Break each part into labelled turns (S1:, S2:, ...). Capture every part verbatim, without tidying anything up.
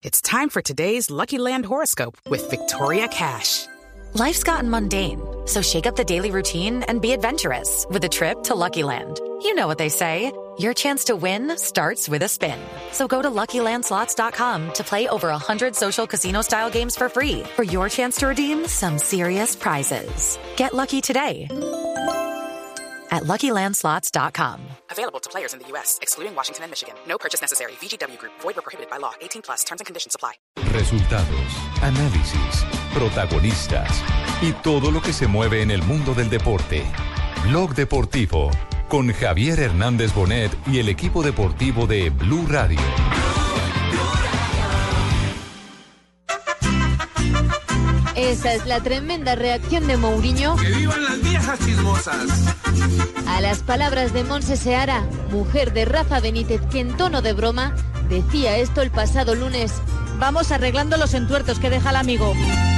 S1: It's time for today's Lucky Land horoscope with Victoria Cash.
S2: Life's gotten mundane, so shake up the daily routine and be adventurous with a trip to Lucky Land. You know what they say, your chance to win starts with a spin. So go to Lucky Land Slots dot com to play over one hundred social casino-style games for free for your chance to redeem some serious prizes. Get lucky today at Lucky Land Slots dot com.
S1: Available to players in the U S, excluding Washington and Michigan. No purchase necessary. V G W Group. Void or prohibited by law. eighteen plus. Terms and conditions apply.
S3: Resultados, análisis, protagonistas y todo lo que se mueve en el mundo del deporte. Blog Deportivo con Javier Hernández Bonet y el equipo deportivo de Blue Radio.
S4: Esa es la tremenda reacción de Mourinho.
S5: ¡Que vivan las viejas chismosas!
S4: A las palabras de Montse Seara, mujer de Rafa Benítez, que en tono de broma decía esto el pasado lunes.
S6: Vamos arreglando los entuertos que deja el amigo.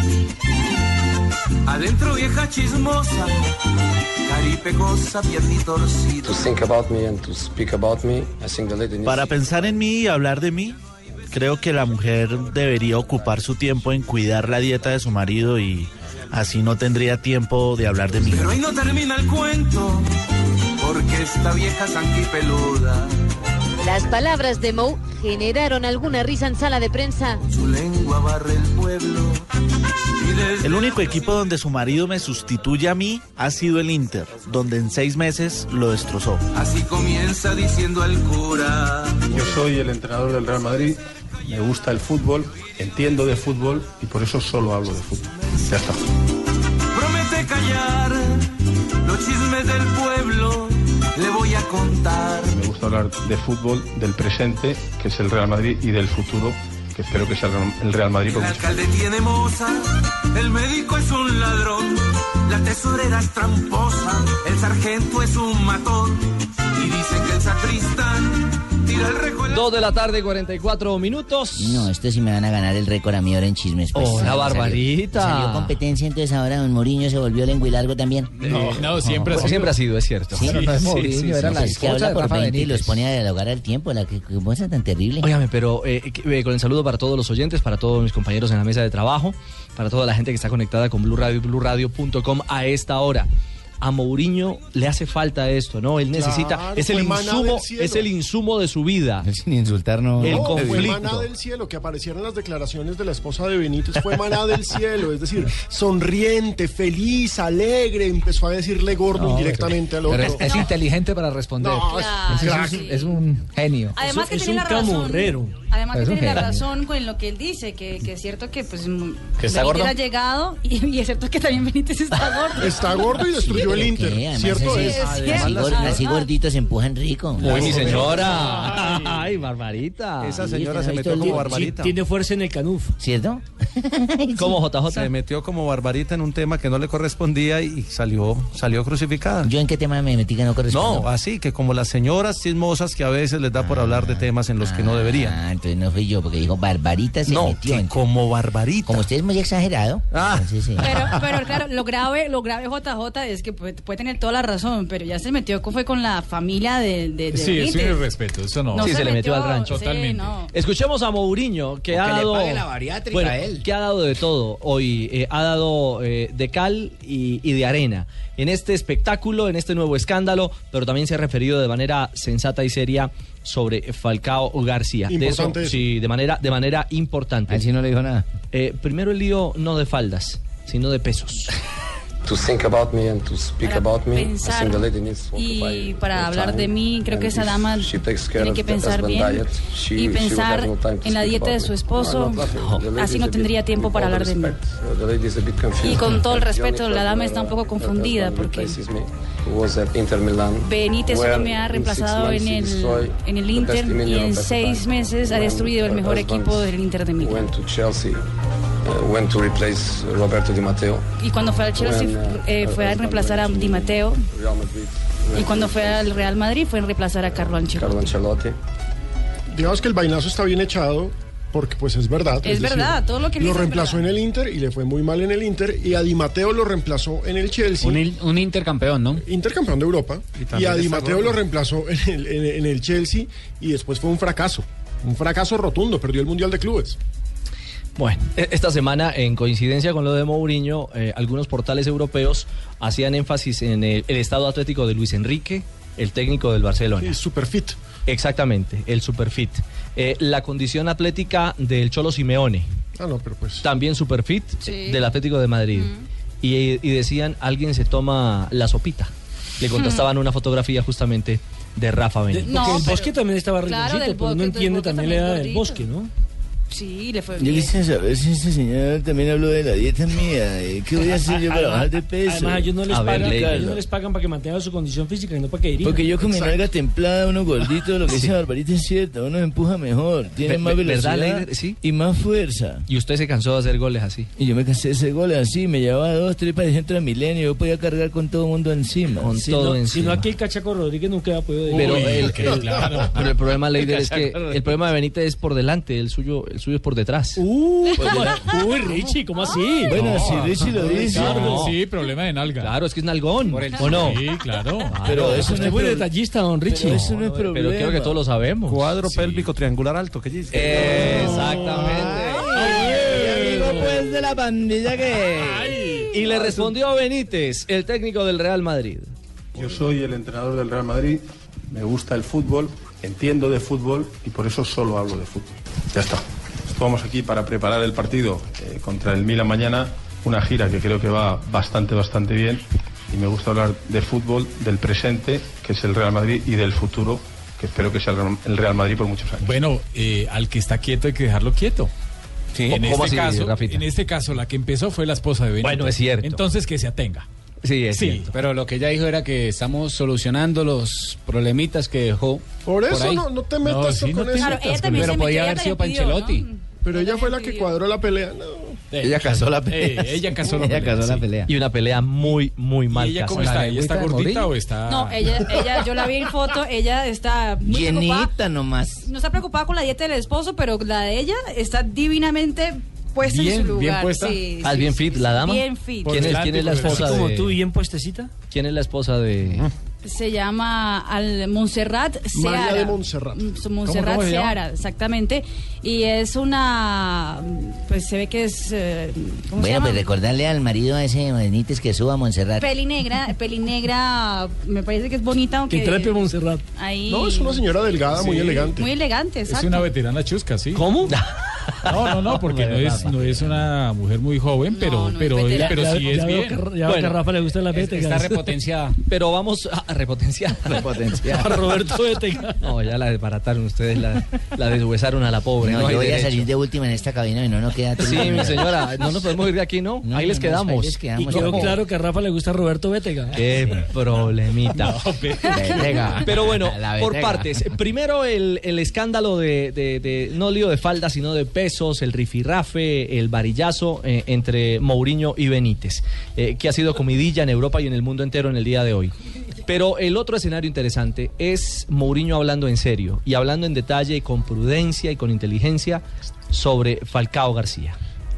S5: Adentro vieja chismosa, caripecosa, pierni torcido.
S7: Para pensar en mí y hablar de mí, creo que la mujer debería ocupar su tiempo en cuidar la dieta de su marido y así no tendría tiempo de hablar de mí.
S5: Pero ahí no termina el cuento, porque esta vieja sanguipeluda.
S4: Las palabras de Mou generaron alguna risa en sala de prensa.
S5: Su lengua barre el pueblo.
S7: El único equipo donde su marido me sustituye a mí ha sido el Inter, donde en seis meses lo destrozó.
S5: Así comienza diciendo el cura.
S8: Yo soy el entrenador del Real Madrid, me gusta el fútbol, entiendo de fútbol y por eso solo hablo de fútbol. Ya está.
S5: Promete callar los chismes del pueblo, le voy a contar.
S8: Me gusta hablar de fútbol, del presente, que es el Real Madrid, y del futuro, que espero que sea el Real Madrid.
S5: El alcalde tiene moza, el médico es un ladrón, la tesorera es tramposa, el sargento es un matón, y dicen que el sacristán tira el récord.
S9: Dos de la tarde, cuarenta y cuatro minutos.
S10: No, esto sí me van a ganar el récord a mí ahora en chismes. Pues,
S9: oh, la barbarita.
S10: Salió, salió competencia, entonces ahora don Mourinho se volvió lenguilargo también.
S9: No, no, no siempre, no, ha sido. siempre ha sido, es cierto.
S10: Sí,
S9: pero no es Mourinho,
S10: sí, sí,
S9: era
S10: sí,
S9: la
S10: es que habla por
S9: Rafa
S10: veinte
S9: Benítez.
S10: Y los pone a dialogar al tiempo, la que cosa tan terrible.
S9: Óigame, pero eh, eh, con el saludo para todos los oyentes, para todos mis compañeros en la mesa de trabajo, para toda la gente que está conectada con Blue Radio y blue radio punto com a esta hora. A Mourinho le hace falta esto, ¿no? Él necesita,
S11: claro,
S9: es el insumo, es el insumo de su vida.
S10: Sin insultarnos.
S9: El
S11: no,
S9: conflicto.
S11: fue maná del cielo, que aparecieron las declaraciones de la esposa de Benítez, fue maná del cielo, es decir, sonriente, feliz, alegre, empezó a decirle gordo no, indirectamente al otro.
S12: Pero es, es
S11: no.
S12: inteligente para responder.
S11: No,
S12: claro, es, es, es un genio.
S6: Además que
S12: es
S6: tiene
S12: un
S6: la razón.
S12: camorrero.
S6: Además que
S12: es
S6: tiene la
S12: genio.
S6: razón con lo que él dice, que, que es cierto que pues
S9: ¿Que está gordo?
S6: ha llegado y, y es cierto que también Benítez está gordo.
S11: Está gordo y destruyó el Inter.
S10: ¿Qué?
S11: Cierto
S10: así,
S11: es.
S10: Así, gor, así gorditos se empujan rico.
S9: Uy, mi señora. Ay, Barbarita.
S13: Esa señora
S10: ¿Sí,
S13: se metió como
S10: el...
S13: Barbarita.
S12: Sí, tiene fuerza en el canuf.
S10: ¿Cierto?
S9: ¿Cómo, J J?
S13: Se metió como Barbarita en un tema que no le correspondía y salió salió crucificada.
S10: ¿Yo en qué tema me metí que no corresponde?
S13: No, así que como las señoras chismosas que a veces les da por ah, hablar de temas en los que no deberían.
S10: Ah, entonces no fui yo, porque dijo Barbarita se
S13: no,
S10: metió.
S13: No, como Barbarita.
S10: Como usted es muy exagerado.
S13: Ah.
S10: Entonces, sí.
S6: Pero, pero claro, lo grave, lo grave J J es que puede, puede tener toda la razón, pero ya se metió fue con la familia de, de, de
S12: Sí,
S6: Benítez.
S12: es un irrespeto, eso no.
S6: no
S9: sí, se, se le metió,
S6: metió
S9: al rancho.
S6: Sí,
S9: totalmente.
S6: No.
S9: Escuchemos a Mourinho, que
S10: o
S9: ha
S10: que
S9: dado...
S10: le pague la bariátrica
S9: bueno,
S10: a él.
S9: que ha dado de todo hoy. Eh, ha dado eh, de cal y, y de arena en este espectáculo, en este nuevo escándalo, pero también se ha referido de manera sensata y seria sobre Falcao García. De eso,
S11: eso,
S9: sí, de manera, de manera importante.
S10: ¿A él sí no le dijo nada?
S9: Eh, primero el lío no de faldas, sino de pesos.
S14: To think about me and to speak
S6: para
S14: about me,
S6: pensar
S14: I think the lady needs to
S6: y para hablar de mí, creo que esa dama tiene que pensar bien she, y pensar no en la dieta de su esposo, no, así no tendría tiempo para hablar de mí. Y con todo el respeto, la dama está un poco confundida porque Benítez solo me ha reemplazado en el, en el Inter y en seis meses ha destruido el mejor equipo del Inter de Milán.
S14: Uh, went to replace Roberto Di Matteo.
S6: Y cuando fue al Chelsea
S14: when, uh,
S6: eh, fue a reemplazar a Di Matteo. Y cuando fue al Real Madrid fue a reemplazar a Carlo Ancelotti.
S14: Carlo Ancelotti.
S11: Digamos que el vainazo está bien echado porque pues es verdad.
S6: Es, es verdad, decir, todo lo que
S11: lo reemplazó en el Inter y le fue muy mal en el Inter, y a Di Matteo lo reemplazó en el Chelsea.
S12: Un, un intercampeón, ¿no?
S11: Intercampeón de Europa. Y, y a Di Matteo lo reemplazó en el, en, en el Chelsea y después fue un fracaso. Un fracaso rotundo, perdió el Mundial de Clubes.
S9: Bueno, esta semana, en coincidencia con lo de Mourinho, eh, algunos portales europeos hacían énfasis en el, el estado atlético de Luis Enrique, el técnico del Barcelona.
S11: Sí, superfit.
S9: Exactamente, el superfit. Eh, la condición atlética del Cholo Simeone.
S11: Ah, no, pero pues...
S9: También superfit,
S6: Sí.
S9: del Atlético de Madrid.
S6: Mm.
S9: Y, y decían, alguien se toma la sopita. Le contrastaban una fotografía justamente de Rafa Benítez.
S12: Porque
S6: No,
S12: el
S6: pero-
S12: Bosque también estaba
S6: claro,
S12: rinconcito,
S6: del
S12: pero uno
S6: Bosque- del
S12: entiende
S6: Bosque
S12: también la
S6: también
S12: edad del
S6: gordito.
S12: Bosque, ¿no?
S6: Sí, le fue
S10: Yo
S6: bien.
S10: quisiera saber si ese señor también habló de la dieta mía. eh, ¿Qué voy a hacer yo para bajar de peso?
S12: Además, ellos no les
S9: A ver,
S12: pagan,
S9: Leider.
S12: ellos no les pagan para que mantengan su condición física, no para que dirijan.
S10: Porque yo con mi
S12: Exacto.
S10: nalga templada, uno gordito, lo que
S9: Sí.
S10: dice Barbarita es cierto, uno empuja mejor, tiene
S9: Ve-
S10: más
S9: ve-
S10: velocidad
S9: ¿verdad, Leider? Sí.
S10: y más fuerza.
S9: Y usted se cansó de hacer goles así.
S10: Y yo me cansé de ese gol así, me llevaba dos, tres para el Transmilenio, yo podía cargar con todo el mundo encima.
S9: Con
S12: Si
S9: todo
S12: no, si
S9: encima.
S12: no, aquí el Cachaco Rodríguez nunca ha podido
S9: Pero
S12: Uy,
S9: el,
S12: que-
S9: el-
S12: claro.
S9: pero el problema, Leider, es que
S12: Cachaco.
S9: el problema de Benítez es por delante, el suyo, el suyo es por detrás.
S12: Uh,
S9: Pues
S12: ¿cómo?
S9: mira.
S12: Uy, Richie, ¿cómo así?
S10: Bueno, si Richie lo dice.
S12: Ricardo.
S15: Sí, problema de nalga.
S9: Claro, es que es nalgón,
S15: Por el-
S9: ¿o no?
S15: Sí, claro.
S10: Pero eso no
S12: Usted
S10: es
S12: es muy
S10: pro-
S12: detallista, don Richie.
S10: Pero eso no es
S9: Pero
S10: problema.
S9: creo que todos lo sabemos.
S13: Cuadro pélvico triangular alto, ¿qué dice?
S9: Exactamente.
S10: Ay, amigo, pues de la pandilla que...
S9: Y le respondió Benítez, el técnico del Real Madrid.
S8: Yo soy el entrenador del Real Madrid, me gusta el fútbol, entiendo de fútbol y por eso solo hablo de fútbol. Ya está. Estamos aquí para preparar el partido eh, contra el Milan mañana, una gira que creo que va bastante, bastante bien y me gusta hablar de fútbol, del presente, que es el Real Madrid, y del futuro, que espero que sea el Real- el Real Madrid por muchos años.
S15: Bueno, eh, al que está quieto hay que dejarlo quieto.
S9: Sí,
S15: en,
S9: ¿cómo
S15: este
S9: así,
S15: caso,
S9: Rafita?
S15: en este caso, la que empezó fue la esposa de Benítez.
S9: Bueno, es cierto.
S15: Entonces, que se atenga.
S9: Sí, es
S15: Sí.
S9: cierto.
S12: Pero lo que ella dijo era que estamos solucionando los problemitas que dejó.
S11: Por eso
S12: ahí.
S11: no, no te metas
S15: No, sí,
S11: con
S15: no te
S11: eso.
S6: Claro, ella también
S12: Pero
S6: se
S12: podía
S6: metió,
S12: haber
S6: ella
S12: sido
S6: también pidió,
S12: Panchelotti.
S6: ¿no?
S11: Pero ella fue la que
S6: pidió.
S11: cuadró la pelea. No.
S9: Ella casó la
S15: Eh, ella casó la
S10: Ella
S15: pelea,
S10: casó la
S15: sí.
S10: pelea.
S9: Y una pelea muy, muy mal
S15: ¿Y ella cómo
S9: casada.
S15: está? ¿Ella está gordita o está...?
S6: No, ella, ella, yo la vi en foto, ella está muy preocupada.
S10: Llenita nomás.
S6: No está preocupada con la dieta del esposo, pero la de ella está divinamente puesta
S15: Bien,
S6: en su lugar.
S15: bien puesta.
S6: Sí,
S9: Ah, es
S6: sí,
S9: bien
S6: sí,
S9: fit,
S6: sí,
S9: la dama.
S6: Bien fit.
S9: ¿Quién es,
S15: delante
S9: quién es la
S15: y por
S9: esposa
S12: Como
S9: de...?
S12: tú, bien puestecita.
S9: ¿Quién es la esposa de...?
S6: Se llama al Montserrat Seara.
S11: María de Montserrat.
S6: Mm, su Montserrat
S15: ¿Cómo, cómo se llama?
S6: Seara, exactamente. Y es una, pues se ve que es, eh, ¿cómo se
S10: Bueno,
S6: llama?
S10: pues recordarle al marido a ese Benítez que suba a Montserrat.
S6: Peli negra, peli negra, me parece que es bonita, aunque
S12: Que trepe Montserrat.
S6: ahí
S11: No, es una señora delgada, muy
S15: Sí.
S11: elegante.
S6: muy elegante,
S15: Es
S6: exacto.
S15: una veterana chusca, ¿sí?
S12: ¿Cómo?
S15: No, no, no, porque no es, no es una mujer muy joven, pero,
S6: No, no es
S15: pero,
S6: veterana.
S15: pero sí
S12: Ya-
S15: es
S12: ya veo
S15: bien.
S12: que- Ya veo que a
S9: Bueno,
S12: Rafa le gusta la beta.
S9: está repotenciada. Pero vamos a, a repotenciar.
S12: A Roberto Betega.
S9: No, ya la desbarataron ustedes, la, la deshuesaron a la pobre.
S10: No,
S9: No, hay
S10: yo voy a
S9: derecho.
S10: salir de última en esta cabina y no nos queda
S9: Sí, mi señora, no nos podemos ir de aquí, ¿no?
S10: No,
S9: ahí les
S10: no, no,
S9: quedamos.
S10: ahí les quedamos.
S12: Y quedó
S10: ¿Cómo?
S12: claro que a Rafa le gusta Roberto Betega.
S9: Qué problemita.
S10: Betega.
S9: Pero bueno,
S10: La
S9: por
S10: Betega.
S9: partes. Primero el, el escándalo de, de- de- no lío de falda, sino de pesos, el rifirrafe, el varillazo eh, entre Mourinho y Benítez, eh, que ha sido comidilla en Europa y en el mundo entero en el día de hoy. Pero el otro escenario interesante es Mourinho hablando en serio y hablando en detalle y con prudencia y con inteligencia sobre Falcao García.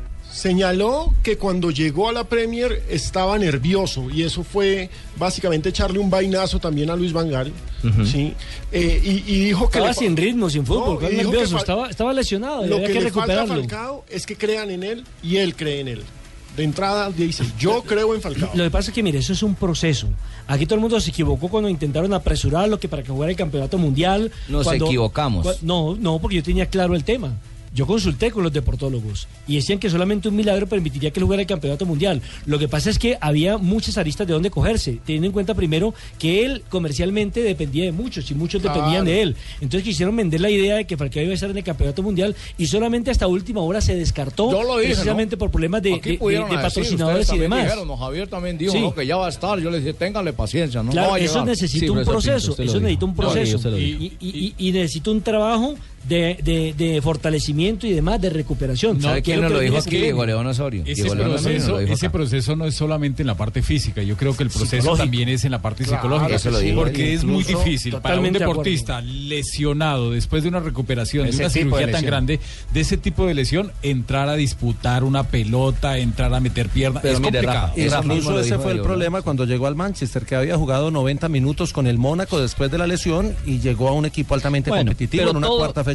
S11: Señaló que cuando llegó a la Premier estaba nervioso y eso fue básicamente echarle un vainazo también a Luis Van Gaal,
S9: Ujú.
S11: ¿sí? Eh, y, y dijo que
S12: Estaba
S11: le fa-
S12: sin ritmo, sin fútbol,
S11: No,
S12: estaba
S11: y dijo
S12: nervioso,
S11: que fa-
S12: estaba, estaba lesionado,
S11: lo
S12: había
S11: que,
S12: que
S11: le falta a
S12: recuperarlo.
S11: Falcao es que crean en él y él cree en él. De entrada dice, yo creo en Falcao.
S12: Lo que pasa es que, mire, eso es un proceso. Aquí todo el mundo se equivocó cuando intentaron apresurarlo que para que jugara el campeonato mundial.
S10: Nos
S12: cuando-
S10: equivocamos.
S12: cua- No, no, porque yo tenía claro el tema. Yo consulté con los deportólogos y decían que solamente un milagro permitiría que él jugara el campeonato mundial. Lo que pasa es que había muchas aristas de dónde cogerse, teniendo en cuenta primero que él comercialmente dependía de muchos y muchos
S11: Claro.
S12: dependían de él. Entonces quisieron vender la idea de que Falcao iba a estar en el campeonato mundial y solamente hasta última hora se descartó
S16: Yo lo dije,
S12: precisamente
S16: ¿no?
S12: por problemas de,
S16: Aquí
S12: de-
S16: pudieron
S12: de- de
S16: decir,
S12: patrocinadores
S16: ustedes
S12: y
S16: también
S12: demás.
S16: dijeron, no, Javier también dijo
S12: Sí.
S16: ¿no? que ya va a estar. Yo le dije, ténganle paciencia, ¿no?
S12: Claro,
S16: No va a
S12: eso
S16: llegar.
S12: necesita
S9: Sí,
S12: un
S9: profesor Pinto,
S12: proceso,
S9: usted lo
S12: eso
S9: dijo.
S12: necesita un
S9: No, sí,
S12: proceso
S9: usted lo
S12: y,
S9: dijo.
S12: y- y- y necesita un trabajo de, de- de fortalecimiento y demás, de recuperación.
S15: No,
S12: ¿Sabe
S15: ¿quién
S12: qué es
S15: nos lo
S12: que
S15: dijo
S12: tiene
S15: aquí?
S12: que-
S15: Diego
S10: León Osorio.
S15: Ese,
S10: Diego León Osorio nos
S15: proceso,
S10: lo dijo
S15: ese
S10: acá.
S15: proceso no es solamente en la parte física, yo creo que el proceso
S12: Psicológico.
S15: también es en la parte
S12: Claro,
S15: psicológica,
S10: eso lo dijo
S15: porque
S10: él,
S15: es muy
S12: incluso,
S15: difícil para un
S12: totalmente de acuerdo.
S15: deportista lesionado después de una recuperación, de
S16: Ese
S15: una
S16: tipo de
S15: cirugía tan
S16: lesión.
S15: grande, de ese tipo de lesión, entrar a disputar una pelota, entrar a meter pierna,
S9: Pero
S15: es
S9: mire,
S15: complicado.
S9: Rafa,
S13: Y
S9: Rafa mismo
S13: incluso
S9: lo
S13: ese
S9: dijo
S13: fue el
S9: Diego, ¿no?
S13: problema cuando llegó al Manchester, que había jugado noventa minutos con el Mónaco después de la lesión y llegó a un equipo altamente
S9: Bueno,
S13: competitivo
S9: pero
S13: en una
S9: todo-
S13: cuarta fecha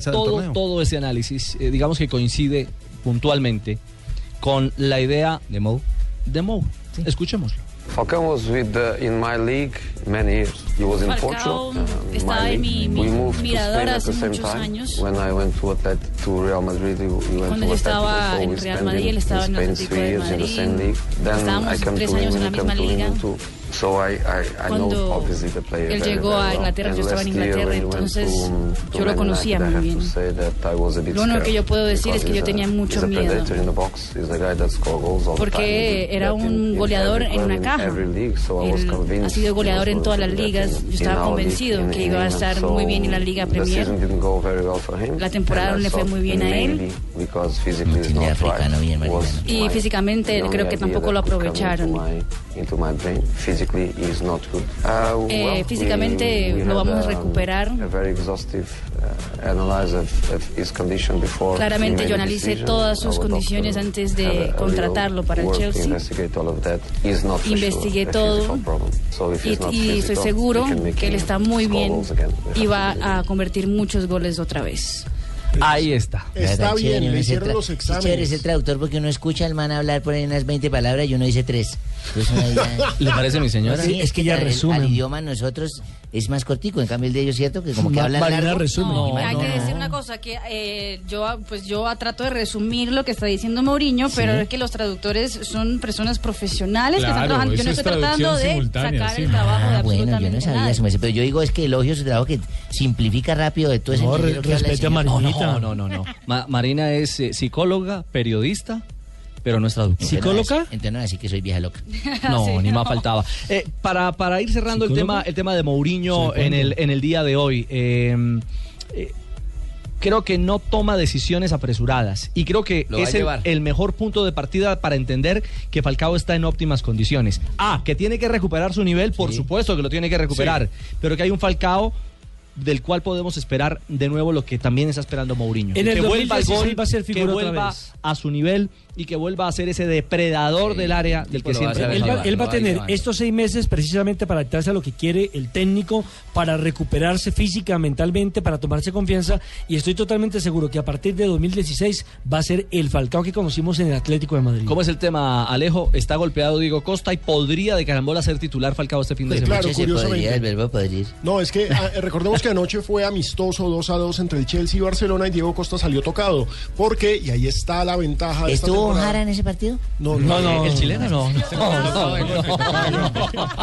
S13: fecha del
S9: todo,
S13: torneo.
S9: todo ese análisis, eh, digamos que coincide puntualmente con la idea
S10: de Mou.
S9: De Mou. Sí. Escuchémoslo.
S14: Falcao was with the, in my league many years. He was in
S6: Falcao
S14: Portugal. Uh,
S6: estaba en mi, mi
S14: we moved to
S6: mirador
S14: Spain at
S6: hace
S14: the same
S6: muchos
S14: time.
S6: años.
S14: When I went to Atlet to Real Madrid, we went
S6: Cuando
S14: to
S6: yo estaba
S14: Atletico, so
S6: en
S14: we
S6: Real
S14: spent
S6: Madrid, él estaba en
S14: in
S6: el
S14: Spain
S6: Atlético
S14: three
S6: de
S14: years in the
S6: Madrid.
S14: same league. Then
S6: Estábamos
S14: I came
S6: tres
S14: to
S6: años en la
S14: England, he
S6: misma
S14: come to
S6: liga.
S14: England too. So I, I, I know
S6: Cuando
S14: obviously the player
S6: él
S14: very,
S6: llegó
S14: very
S6: a
S14: well.
S6: Inglaterra, yo
S14: And
S6: estaba en
S14: last year
S6: Inglaterra,
S14: when he went
S6: entonces
S14: to- to
S6: yo lo
S14: Man
S6: conocía
S14: United, I
S6: muy
S14: have
S6: bien.
S14: to say that I was a bit
S6: Lo único que
S14: scared
S6: yo puedo decir es que
S14: because
S6: yo tenía
S14: he's a-
S6: mucho
S14: he's a
S6: miedo.
S14: predator in the box. He's a guy that score goals all the time.
S6: Porque era
S14: That in-
S6: un
S14: in
S6: goleador
S14: every
S6: en una
S14: club, in
S6: caja.
S14: every league, so I was
S6: Él
S14: convinced
S6: ha sido goleador
S14: he
S6: en
S14: was
S6: todas las
S14: going to
S6: ligas.
S14: get in-
S6: Yo estaba
S14: in our
S6: convencido
S14: league, in-
S6: que
S14: in
S6: iba a
S14: England.
S6: estar muy
S14: So
S6: bien en la Liga
S14: the
S6: Premier.
S14: season didn't go very well for him.
S6: La temporada
S14: And
S6: no
S14: I
S6: le fue
S14: thought
S6: muy bien a él.
S14: maybe because physically he's
S10: Chile
S14: not
S10: africano,
S14: right.
S10: bien, marica.
S14: Was
S6: Y
S14: my-
S6: físicamente
S14: the only
S6: creo que
S14: idea
S6: tampoco lo
S14: that could come
S6: aprovecharon.
S14: into my- into my brain. Physically he's not good. Uh,
S6: Eh,
S14: well,
S6: físicamente
S14: we- we
S6: lo
S14: had,
S6: vamos a
S14: um,
S6: recuperar.
S14: A very exhaustive uh, analysis of, of his condition before
S6: Claramente
S14: we
S6: yo
S14: made a
S6: analicé
S14: decision.
S6: todas sus
S14: Our
S6: condiciones
S14: doctor
S6: antes
S14: had
S6: de
S14: a- a real
S6: contratarlo para el
S14: work to
S6: Chelsea.
S14: investigate all of that. He's not for sure
S6: Investigué
S14: a
S6: todo
S14: physical problem. So if
S6: y,
S14: he's not
S6: y estoy
S14: physical,
S6: seguro
S14: we can make
S6: que él
S14: him
S6: está muy
S14: score
S6: bien
S14: goals again. We
S6: y
S14: have
S6: va
S14: to do that.
S6: a convertir muchos goles otra vez.
S9: Ahí está.
S11: Está bien, le hicieron
S10: tra-
S11: los
S10: es chévere
S11: exámenes.
S10: ese traductor porque uno escucha al man hablar por ahí unas veinte palabras y uno dice tres. Entonces uno ya-
S9: ¿Le parece, mi señora?
S10: Sí, es que
S12: ya
S10: al-
S12: resumen.
S10: Al idioma nosotros es más cortico, en cambio el de ellos, ¿cierto? Que como que
S12: Ma-
S10: hablan
S12: Marina
S10: largo.
S12: resume.
S6: No,
S12: No,
S6: hay
S12: no,
S6: que
S12: no.
S6: decir una cosa, que eh, yo pues yo trato de resumir lo que está diciendo Mourinho, pero es que los traductores son personas profesionales que están
S15: Claro,
S6: trabajando. Yo
S15: eso
S6: no
S15: es
S6: estoy tratando
S15: traducción
S6: de
S15: simultánea,
S6: sacar
S15: sí.
S6: el trabajo de
S10: Ah, bueno, yo no
S6: absolutamente
S10: sabía
S6: nadie.
S10: eso, me dice, pero yo digo es que elogio su trabajo que simplifica rápido de todo ese
S12: No,
S10: milagro
S12: re-
S10: que habla el
S12: respete a
S10: señor.
S12: Marinita.
S9: No, no, no, no. Ma- Marina es eh, psicóloga, periodista, pero no es traductora.
S10: Entonces no
S12: ¿Psicóloga?
S10: es- Entonces no así que soy vieja loca.
S9: No,
S6: Sí,
S9: ni
S6: no.
S9: más faltaba. Eh, para, para ir cerrando el
S12: ¿Psicólogo?
S9: tema, el tema de Mourinho
S12: Sí,
S9: en el,
S12: ¿cuándo?
S9: en el día de hoy, eh, eh, creo que no toma decisiones apresuradas y creo que
S10: Lo va a
S9: es el,
S10: llevar.
S9: el mejor punto de partida para entender que Falcao está en óptimas condiciones. Ah, que tiene que recuperar su nivel, por
S10: Sí.
S9: supuesto que lo tiene que recuperar, pero que hay un Falcao del cual podemos esperar de nuevo lo que también está esperando Mourinho.
S12: En el
S9: que vuelva al
S12: dos mil dieciséis
S9: gol,
S12: va a ser
S9: que
S12: figura otra
S9: vuelva
S12: vez.
S9: a su nivel y que vuelva a ser ese depredador
S10: Sí,
S9: del área del que
S10: tipo lo va a
S9: siempre
S10: hacer
S12: Él
S9: hemos
S12: va,
S9: hablado.
S12: él va a
S10: Lo va a
S12: tener
S10: llevar.
S12: estos seis meses precisamente para adaptarse a lo que quiere el técnico, para recuperarse física, mentalmente, para tomarse confianza. Y estoy totalmente seguro que a partir de dos mil dieciséis va a ser el Falcao que conocimos en el Atlético de Madrid.
S9: ¿Cómo es el tema, Alejo? Está golpeado Diego Costa y podría de carambola ser titular Falcao este fin de
S11: Sí,
S9: semana.
S11: claro,
S10: Ese
S11: curiosamente.
S10: podría, el verbo podrir.
S11: No, es que ah, recordemos que anoche fue amistoso dos a dos entre el Chelsea y Barcelona y Diego Costa salió tocado. Porque, y ahí está la ventaja de esta
S10: ¿Estuvo
S11: temporada.
S10: Jara en ese partido?
S11: No,
S9: No,
S11: no,
S9: no, el chileno no. no, no, no.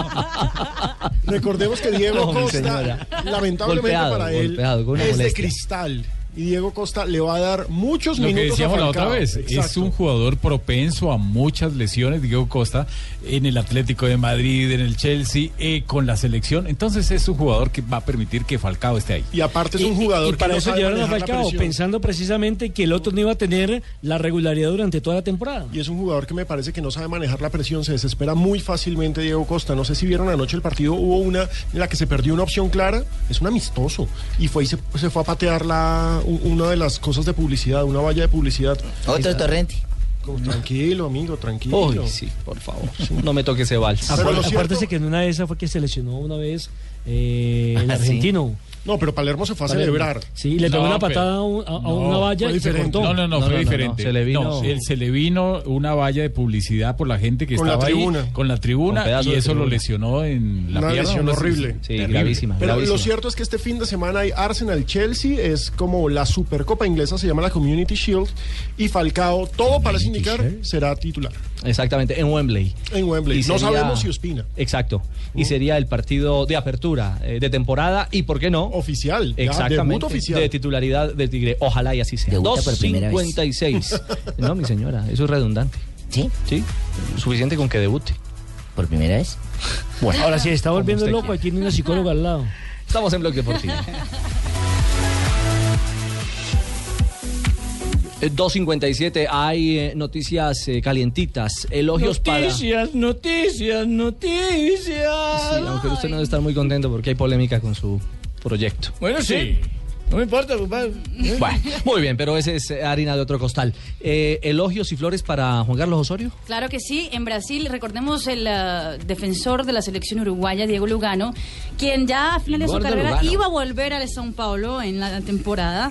S11: Recordemos que Diego
S9: No, mi
S11: Costa,
S9: señora.
S11: lamentablemente
S9: Golpeado,
S11: para él,
S9: golpeado, con una
S11: es de
S9: molestia.
S11: cristal. Y Diego Costa le va a dar muchos
S15: Lo que
S11: minutos
S15: decíamos
S11: a
S15: la
S11: Falcao.
S15: otra vez, es
S11: Exacto.
S15: un jugador propenso a muchas lesiones, Diego Costa, en el Atlético de Madrid, en el Chelsea, eh, con la selección. Entonces es un jugador que va a permitir que Falcao esté ahí.
S11: Y aparte es un
S12: Y- y-
S11: jugador
S12: y para
S11: que no
S12: eso
S11: sabe
S12: llevaron a
S11: manejar la
S12: Falcao,
S11: presión.
S12: pensando precisamente que el otro no iba a tener la regularidad durante toda la temporada.
S11: Y es un jugador que me parece que no sabe manejar la presión, se desespera muy fácilmente Diego Costa. No sé si vieron anoche el partido, hubo una en la que se perdió una opción clara, es un amistoso. Y fue y se, se fue a patear la, u- una de las cosas de publicidad, una valla de publicidad.
S10: Otro torrente.
S11: Como, tranquilo, amigo, tranquilo.
S9: Uy, sí, por favor. No me toque ese vals.
S11: Pero lo
S12: Acuérdese
S11: cierto-
S12: acuérdese que en una de esas fue que se lesionó una vez eh, el
S10: Ah, sí.
S12: argentino.
S11: No, pero Palermo se fue a
S12: Palermo.
S11: celebrar.
S12: Sí, le pegó
S15: No,
S12: una
S15: pero-
S12: patada a, un- a- a
S15: no,
S12: una valla
S11: fue
S12: y se
S11: diferente.
S12: cortó.
S15: No, no, no,
S9: No,
S15: fue
S9: no, no, no,
S15: diferente.
S9: se le vino-
S15: No, él- se le vino una valla de publicidad por la gente que
S11: Con la
S15: estaba ahí
S11: tribuna.
S15: con la tribuna
S9: Un pedazo
S15: y
S9: de
S15: eso lo
S9: tribuna.
S15: lesionó en la
S11: Una
S15: pierna.
S11: lesión
S15: no sé si-
S11: horrible.
S9: Sí,
S15: terrible.
S9: gravísima.
S11: Pero
S9: gravísima.
S11: lo cierto es que este fin de semana hay Arsenal-Chelsea, es como la Supercopa inglesa, se llama la Community Shield, y Falcao, todo parece indicar, será titular
S9: Exactamente, en Wembley.
S11: en Wembley.
S9: Y
S11: No
S9: sería-
S11: sabemos si Ospina.
S9: Exacto. Y sería el partido de apertura eh, de temporada y, ¿por qué no?
S11: Oficial, ya,
S9: Exactamente.
S11: debut oficial.
S9: De titularidad del Tigre. Ojalá y así sea.
S10: Debuta por primera vez.
S9: dos cincuenta y seis. No, mi señora, eso es redundante.
S10: ¿Sí?
S9: Sí, suficiente con que debute.
S10: ¿Por primera vez?
S9: Bueno,
S12: Ahora sí, está
S9: como
S12: volviendo
S9: usted
S12: loco,
S9: quiera.
S12: aquí tiene una psicóloga al lado.
S9: Estamos en Blog Deportivo. Eh, dos cincuenta y siete, hay eh, noticias eh, calientitas, elogios
S12: Noticias, noticias, noticias.
S9: para... Sí, aunque usted no debe estar muy contento porque hay polémica con su proyecto.
S12: Bueno, sí. No me importa, compadre.
S9: Bueno, muy bien, pero ese es eh, harina de otro costal. Eh, elogios y flores para Juan Carlos Osorio.
S6: Claro que sí, en Brasil, recordemos el uh, defensor de la selección uruguaya, Diego Lugano, quien ya a final de su
S10: Gordo
S6: carrera
S10: Lugano.
S6: iba a volver al São Paulo en la temporada.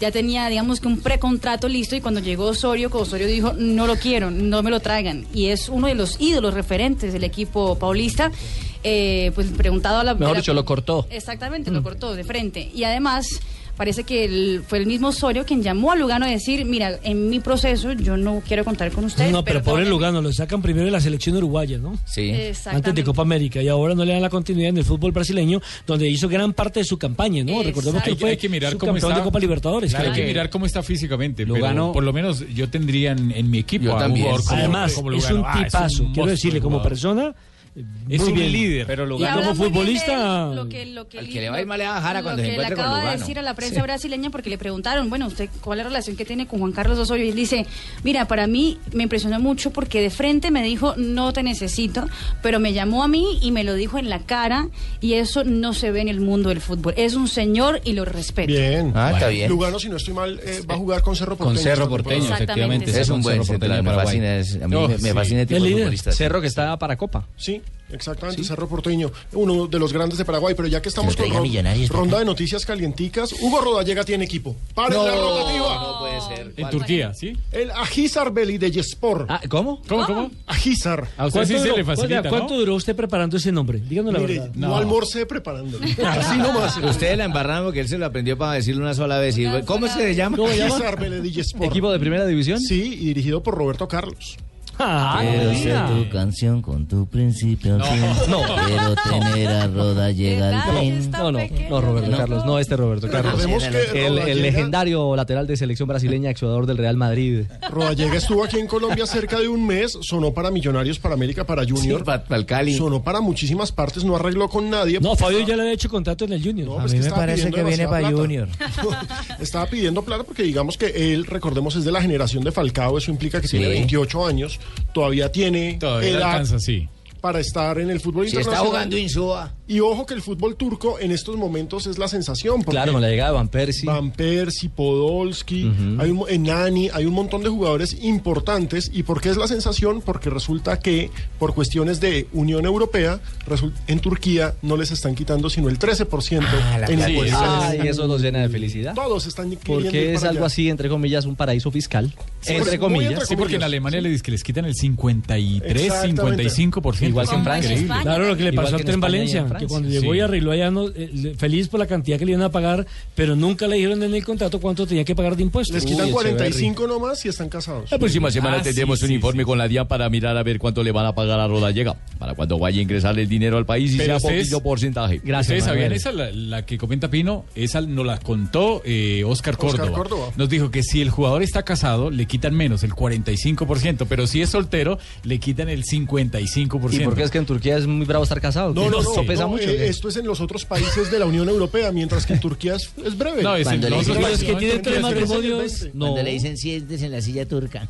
S6: ya tenía, digamos que un precontrato listo, y cuando llegó Osorio, Osorio dijo, no lo quiero, no me lo traigan, y es uno de los ídolos referentes del equipo paulista. Eh, pues preguntado a la...
S9: Mejor
S6: la,
S9: dicho, lo cortó.
S6: Exactamente, mm. lo cortó de frente. Y además, parece que el, fue el mismo Osorio quien llamó a Lugano a decir, mira, en mi proceso yo no quiero contar con usted.
S12: No, pero, pero pobre Lugano, lo sacan primero de la selección uruguaya, ¿no?
S9: Sí.
S12: Antes de Copa América, y ahora no le dan la continuidad en el fútbol brasileño, donde hizo gran parte de su campaña, ¿no? Exacto. Recordemos que
S15: hay,
S12: fue
S15: hay que mirar cómo
S12: subcampeón
S15: está,
S12: de Copa Libertadores.
S15: Claro, hay que mirar cómo está físicamente, Lugano, pero por lo menos yo tendría en, en mi equipo
S12: yo
S15: a
S12: también.
S15: un jugador como,
S12: Además,
S15: como
S12: es un tipazo,
S15: ah, es un
S12: quiero decirle, como persona...
S15: Es
S12: muy
S15: un
S12: bien.
S15: líder,
S12: pero Lugano como futbolista,
S6: lo que, lo que,
S16: al que le va a ir mal le va a bajar a cuando se encuentre con
S6: Lugano. Lo que le acaba
S16: Lugano.
S6: de decir a la prensa
S16: sí.
S6: brasileña, porque le preguntaron, bueno, usted cuál es la relación que tiene con Juan Carlos Osorio, y él dice, mira, para mí me impresionó mucho porque de frente me dijo, no te necesito, pero me llamó a mí y me lo dijo en la cara, y eso no se ve en el mundo del fútbol. Es un señor y lo respeto.
S11: Bien.
S16: Ah, está bien.
S11: Lugano, si no estoy mal, eh, va a jugar con Cerro Porteño.
S13: Con Cerro Porteño, efectivamente.
S16: Es un buen central, me fascina, es, a mí oh, me, me fascina el tipo de futbolista.
S9: Cerro que está para Copa.
S11: Sí. Exactamente, sí. Cerro Porteño, uno de los grandes de Paraguay, pero ya que estamos con ron,
S16: ronda
S11: acá. de noticias calienticas, Hugo Rodallega tiene equipo. ¡Para
S16: no,
S11: la rotativa!
S16: No puede ser.
S15: En Turquía, ¿sí?
S11: El Ahizar Beli de Yespor.
S9: Ah, ¿Cómo?
S15: ¿Cómo, cómo?
S11: Ahizar.
S15: A usted sí se le facilita,
S12: ¿Cuánto
S15: ¿no?
S12: duró usted preparando ese nombre? Díganos la
S11: Mire,
S12: verdad.
S11: No,
S12: no
S11: almorcé preparándolo. Así nomás.
S16: Usted la embarraron porque él se lo aprendió para decirlo una sola vez. Y, ¿cómo se llama?
S11: Ahizar Beli de Yespor.
S9: ¿Equipo de primera división?
S11: Sí, y dirigido por Roberto Carlos.
S10: Ah, Quiero ser tu canción con tu principio al fin.
S9: No.
S10: Quiero tener a Rodallega al fin.
S9: No, no, no, Roberto no. Carlos, no este Roberto Carlos. El, el legendario lateral de selección brasileña, exjugador del Real Madrid.
S11: Rodallega estuvo aquí en Colombia cerca de un mes, sonó para Millonarios, para América, para Junior.
S16: Sí, para, para el Cali.
S11: Sonó para muchísimas partes, no arregló con nadie.
S12: No, Fabio ya le había hecho contrato en el Junior.
S11: No,
S10: a
S11: pues
S10: mí
S11: que
S10: me parece que viene para plata. Junior.
S11: Estaba pidiendo plata porque digamos que él, recordemos, es de la generación de Falcao, eso implica que sí. tiene veintiocho años, todavía tiene
S15: Todavía
S11: edad
S15: alcanza, sí.
S11: para estar en el fútbol
S16: si
S11: internacional.
S16: Está jugando Insúa.
S11: Y ojo que el fútbol turco en estos momentos es la sensación.
S9: Claro, con la llegada de Van Persie.
S11: Van Persie, Podolski, uh-huh. hay un, Enani, hay un montón de jugadores importantes. ¿Y por qué es la sensación? Porque resulta que por cuestiones de Unión Europea, en Turquía no les están quitando sino el trece por ciento
S9: ah,
S11: en
S9: sí,
S11: impuestos.
S9: Ah, y eso los llena de felicidad.
S11: Todos están queriendo
S9: porque es algo
S11: allá.
S9: así, entre comillas, un paraíso fiscal.
S11: Sí,
S9: entre,
S11: comillas.
S9: comillas.
S11: entre
S15: Sí, porque en Alemania les, que les quitan el cincuenta y tres, cincuenta y cinco por ciento.
S9: Igual que en Francia.
S6: España.
S12: Claro, lo que le
S9: Igual
S12: pasó
S9: que
S12: a Tren Valencia, que cuando llegó
S15: sí.
S12: y arregló allá, no, eh, feliz por la cantidad que le iban a pagar, pero nunca le dijeron en el contrato cuánto tenía que pagar de impuestos.
S11: Les quitan
S12: Uy,
S11: cuarenta y cinco nomás y están casados.
S16: La próxima semana
S15: ah,
S16: tendremos
S15: sí,
S16: un
S15: sí,
S16: informe
S15: sí.
S16: con la D I A N para mirar a ver cuánto le van a pagar a Rodallega, para cuando vaya a ingresar el dinero al país y
S15: pero
S16: sea
S15: ustedes,
S16: poquito porcentaje.
S15: Gracias. ¿Ustedes sabían esa, la, la que comenta Pino? Esa nos la contó eh, Oscar, Córdoba.
S11: Oscar Córdoba.
S15: Nos dijo que si el jugador está casado, le quitan menos, el cuarenta y cinco por ciento, pero si es soltero, le quitan el cincuenta y cinco por ciento.
S9: ¿Y por qué es que en Turquía es muy bravo estar casado?
S11: No, no, no,
S9: ¿Eso pesa
S11: no,
S9: mucho?
S11: eh, esto es en los otros países de la Unión Europea, mientras que en Turquía es, es breve.
S15: No, es
S10: Cuando
S15: en
S10: le
S15: los
S10: dicen-
S15: otros
S12: Los
S15: países,
S12: que
S15: no,
S12: tienen
S15: en
S12: tres
S15: Turquía es
S12: matrimonios.
S9: No.
S10: Cuando le dicen siéntese en la silla turca.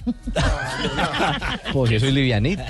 S9: Pues yo soy livianito.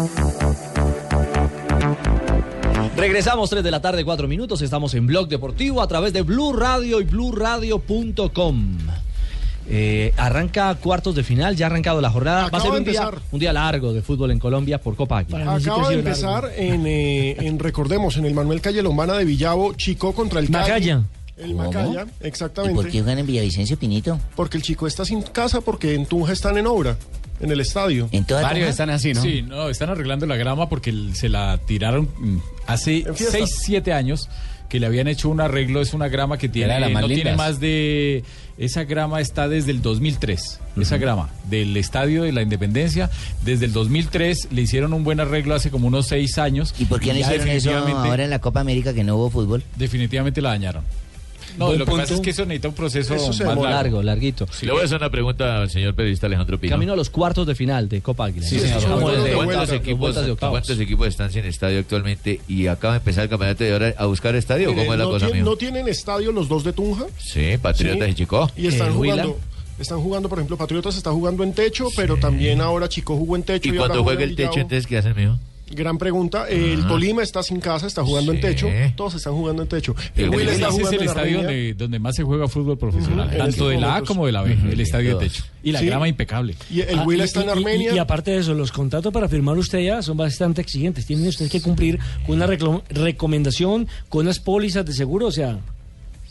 S9: Regresamos tres de la tarde, cuatro minutos. Estamos en Blog Deportivo a través de Blue Radio y blue radio punto com. Eh, arranca cuartos de final, ya ha arrancado la jornada.
S11: Acaba
S9: Va a ser
S11: de
S9: un día,
S11: empezar.
S9: un día largo de fútbol en Colombia por Copa Águila.
S11: Acaba de empezar en, eh, en, recordemos, en el Manuel Calle Lombana de Villavo, Chico contra el Cali.
S12: Macaya.
S11: El
S10: ¿Cómo?
S11: Macaya,
S10: ¿Y
S11: exactamente.
S10: por qué juegan en Villavicencio, Pinito?
S11: Porque el Chico está sin casa, porque en Tunja están en obra, en el estadio.
S10: En toda
S13: Varios
S10: Tunja?
S13: están así, ¿no?
S15: Sí, no, están arreglando la grama porque el- se la tiraron mm, hace
S11: En fiesta.
S15: seis, siete años que le habían hecho un arreglo. Es una grama que tiene,
S13: Era de las más
S15: no tiene
S13: lindas.
S15: más de... Esa grama está desde el dos mil tres, esa grama del Estadio de la Independencia. Desde el dos mil tres le hicieron un buen arreglo hace como unos seis años.
S10: ¿Y por qué no
S15: ya
S10: hicieron eso
S15: definitivamente-
S10: ahora en la Copa América que no hubo fútbol?
S15: Definitivamente la dañaron. No,
S12: Buen
S15: lo que pasa
S12: punto.
S15: es que eso necesita un proceso
S11: Eso se
S15: más
S11: demora.
S15: largo.
S9: Largo, larguito.
S16: Le voy a hacer una pregunta al señor periodista Alejandro Pino.
S9: Camino a los cuartos de final de Copa Águila.
S11: Sí, señor.
S9: Estamos
S11: Vueltas
S9: desde-
S11: de
S16: ¿Cuántos
S11: vuelta,
S16: equipos,
S9: vueltas de octavos.
S16: ¿Cuántos equipos están sin estadio actualmente y acaba de empezar el campeonato de ahora a buscar estadio?
S11: Mire,
S16: ¿Cómo es la
S11: no,
S16: cosa,
S11: tien-
S16: mijo?
S11: no tienen estadio los dos de Tunja.
S16: Sí, Patriotas
S11: Sí.
S16: y Chico.
S11: Y están
S9: Eh,
S11: jugando.
S9: Huila.
S11: Están jugando, por ejemplo, Patriotas está jugando en techo, pero también ahora Chico jugó en techo.
S16: ¿Y
S11: ahora
S16: cuando
S11: juega
S16: juega
S11: en
S16: el techo,
S11: Villavo.
S16: entonces qué hacen, mijo?
S11: Gran pregunta. El
S16: Ah.
S11: Tolima está sin casa, está jugando
S16: Sí.
S11: en techo. Todos están jugando en techo. El
S16: El
S11: Huila
S16: Huila
S11: está
S15: Ese es
S11: jugando
S15: el
S11: en
S15: estadio
S11: Armenia.
S15: donde, donde más se juega fútbol profesional,
S11: Ujú, en
S15: tanto
S11: estos
S15: de la A
S11: momentos.
S15: como de la B, el estadio de techo. Y la
S11: Sí.
S15: grama impecable.
S11: Y el
S12: Ah,
S11: Huila
S12: y-
S11: está en
S12: y-
S11: Armenia.
S12: Y, y aparte de eso, los contratos para firmar usted ya son bastante exigentes. Tienen ustedes que cumplir con una reclo- recomendación, con unas pólizas de seguro, o sea...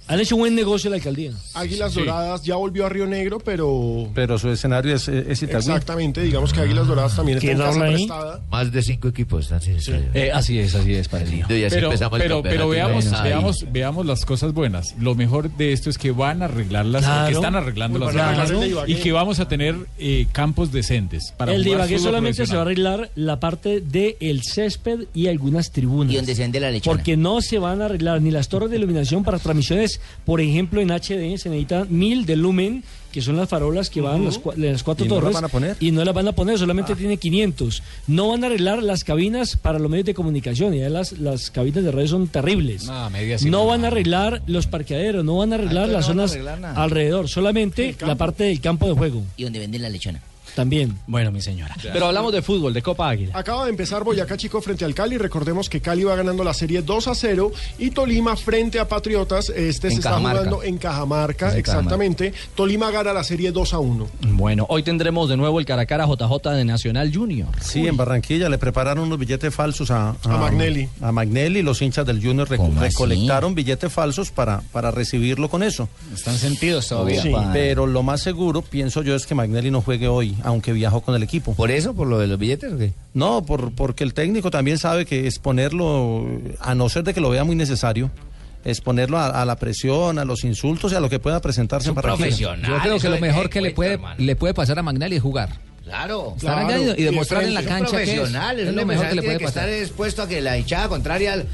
S12: Han hecho un buen negocio la alcaldía.
S11: Águilas sí. Doradas ya volvió a Río Negro, pero...
S13: Pero su escenario es, es Itagüí.
S11: Exactamente, digamos que Águilas Doradas también está en casa
S17: ahí?
S11: prestada.
S17: Más de cinco equipos están sin estadio.
S9: Sí. Eh, así es, así es, para el niño.
S15: Pero, pero, pero veamos, veamos, veamos las cosas buenas. Lo mejor de esto es que van a arreglarlas, claro. que están arreglando las
S12: claro.
S15: y que vamos a tener eh, campos decentes. Para
S12: el de Ibagué solamente se va a arreglar la parte del césped y algunas tribunas.
S17: Y donde se vende la lechona.
S12: Porque no se van a arreglar ni las torres de iluminación para transmisiones, por ejemplo, en H D se necesita mil de lumen, que son las farolas que van uh-huh. las, las cuatro
S13: ¿Y
S12: torres.
S13: No las van a poner?
S12: Y no las van a poner, solamente ah. tiene quinientos. No van a arreglar las cabinas para los medios de comunicación, ya las, las cabinas de radio son terribles.
S15: No,
S12: no van a arreglar los parqueaderos, no van a arreglar Ay, las no zonas arreglar alrededor, solamente la parte del campo de juego.
S17: Y donde venden la lechona.
S12: También.
S9: Bueno, mi señora. Pero hablamos de fútbol, de Copa Águila.
S11: Acaba de empezar Boyacá Chico frente al Cali. Recordemos que Cali va ganando la serie dos a cero y Tolima frente a Patriotas. Este en se Cajamarca. Está jugando en Cajamarca, en exactamente. Cajamarca. Tolima gana la serie dos a uno.
S9: Bueno, hoy tendremos de nuevo el Caracara J J de Nacional Junior.
S13: Sí, Uy. en Barranquilla le prepararon unos billetes falsos a, a,
S11: a Magnelli.
S13: A Magnelli, los hinchas del Junior reco recolectaron billetes falsos para, para recibirlo con eso.
S15: Están sentidos todavía.
S13: Sí, pero lo más seguro, pienso yo, es que Magnelli no juegue hoy, aunque viajó con el equipo.
S17: ¿Por eso? ¿Por lo de los billetes o qué?
S13: No, por, porque el técnico también sabe que exponerlo, a no ser de que lo vea muy necesario, exponerlo a, a la presión, a los insultos y a lo que pueda presentarse en Barranquilla.
S18: Yo creo que lo mejor que le puede, le puede pasar a Magnelli es jugar.
S17: Claro,
S18: estar
S17: claro.
S18: y, y demostrar en la cancha que es,
S17: es lo mejor que le puede que pasar. Estar expuesto a que la hinchada contraria al...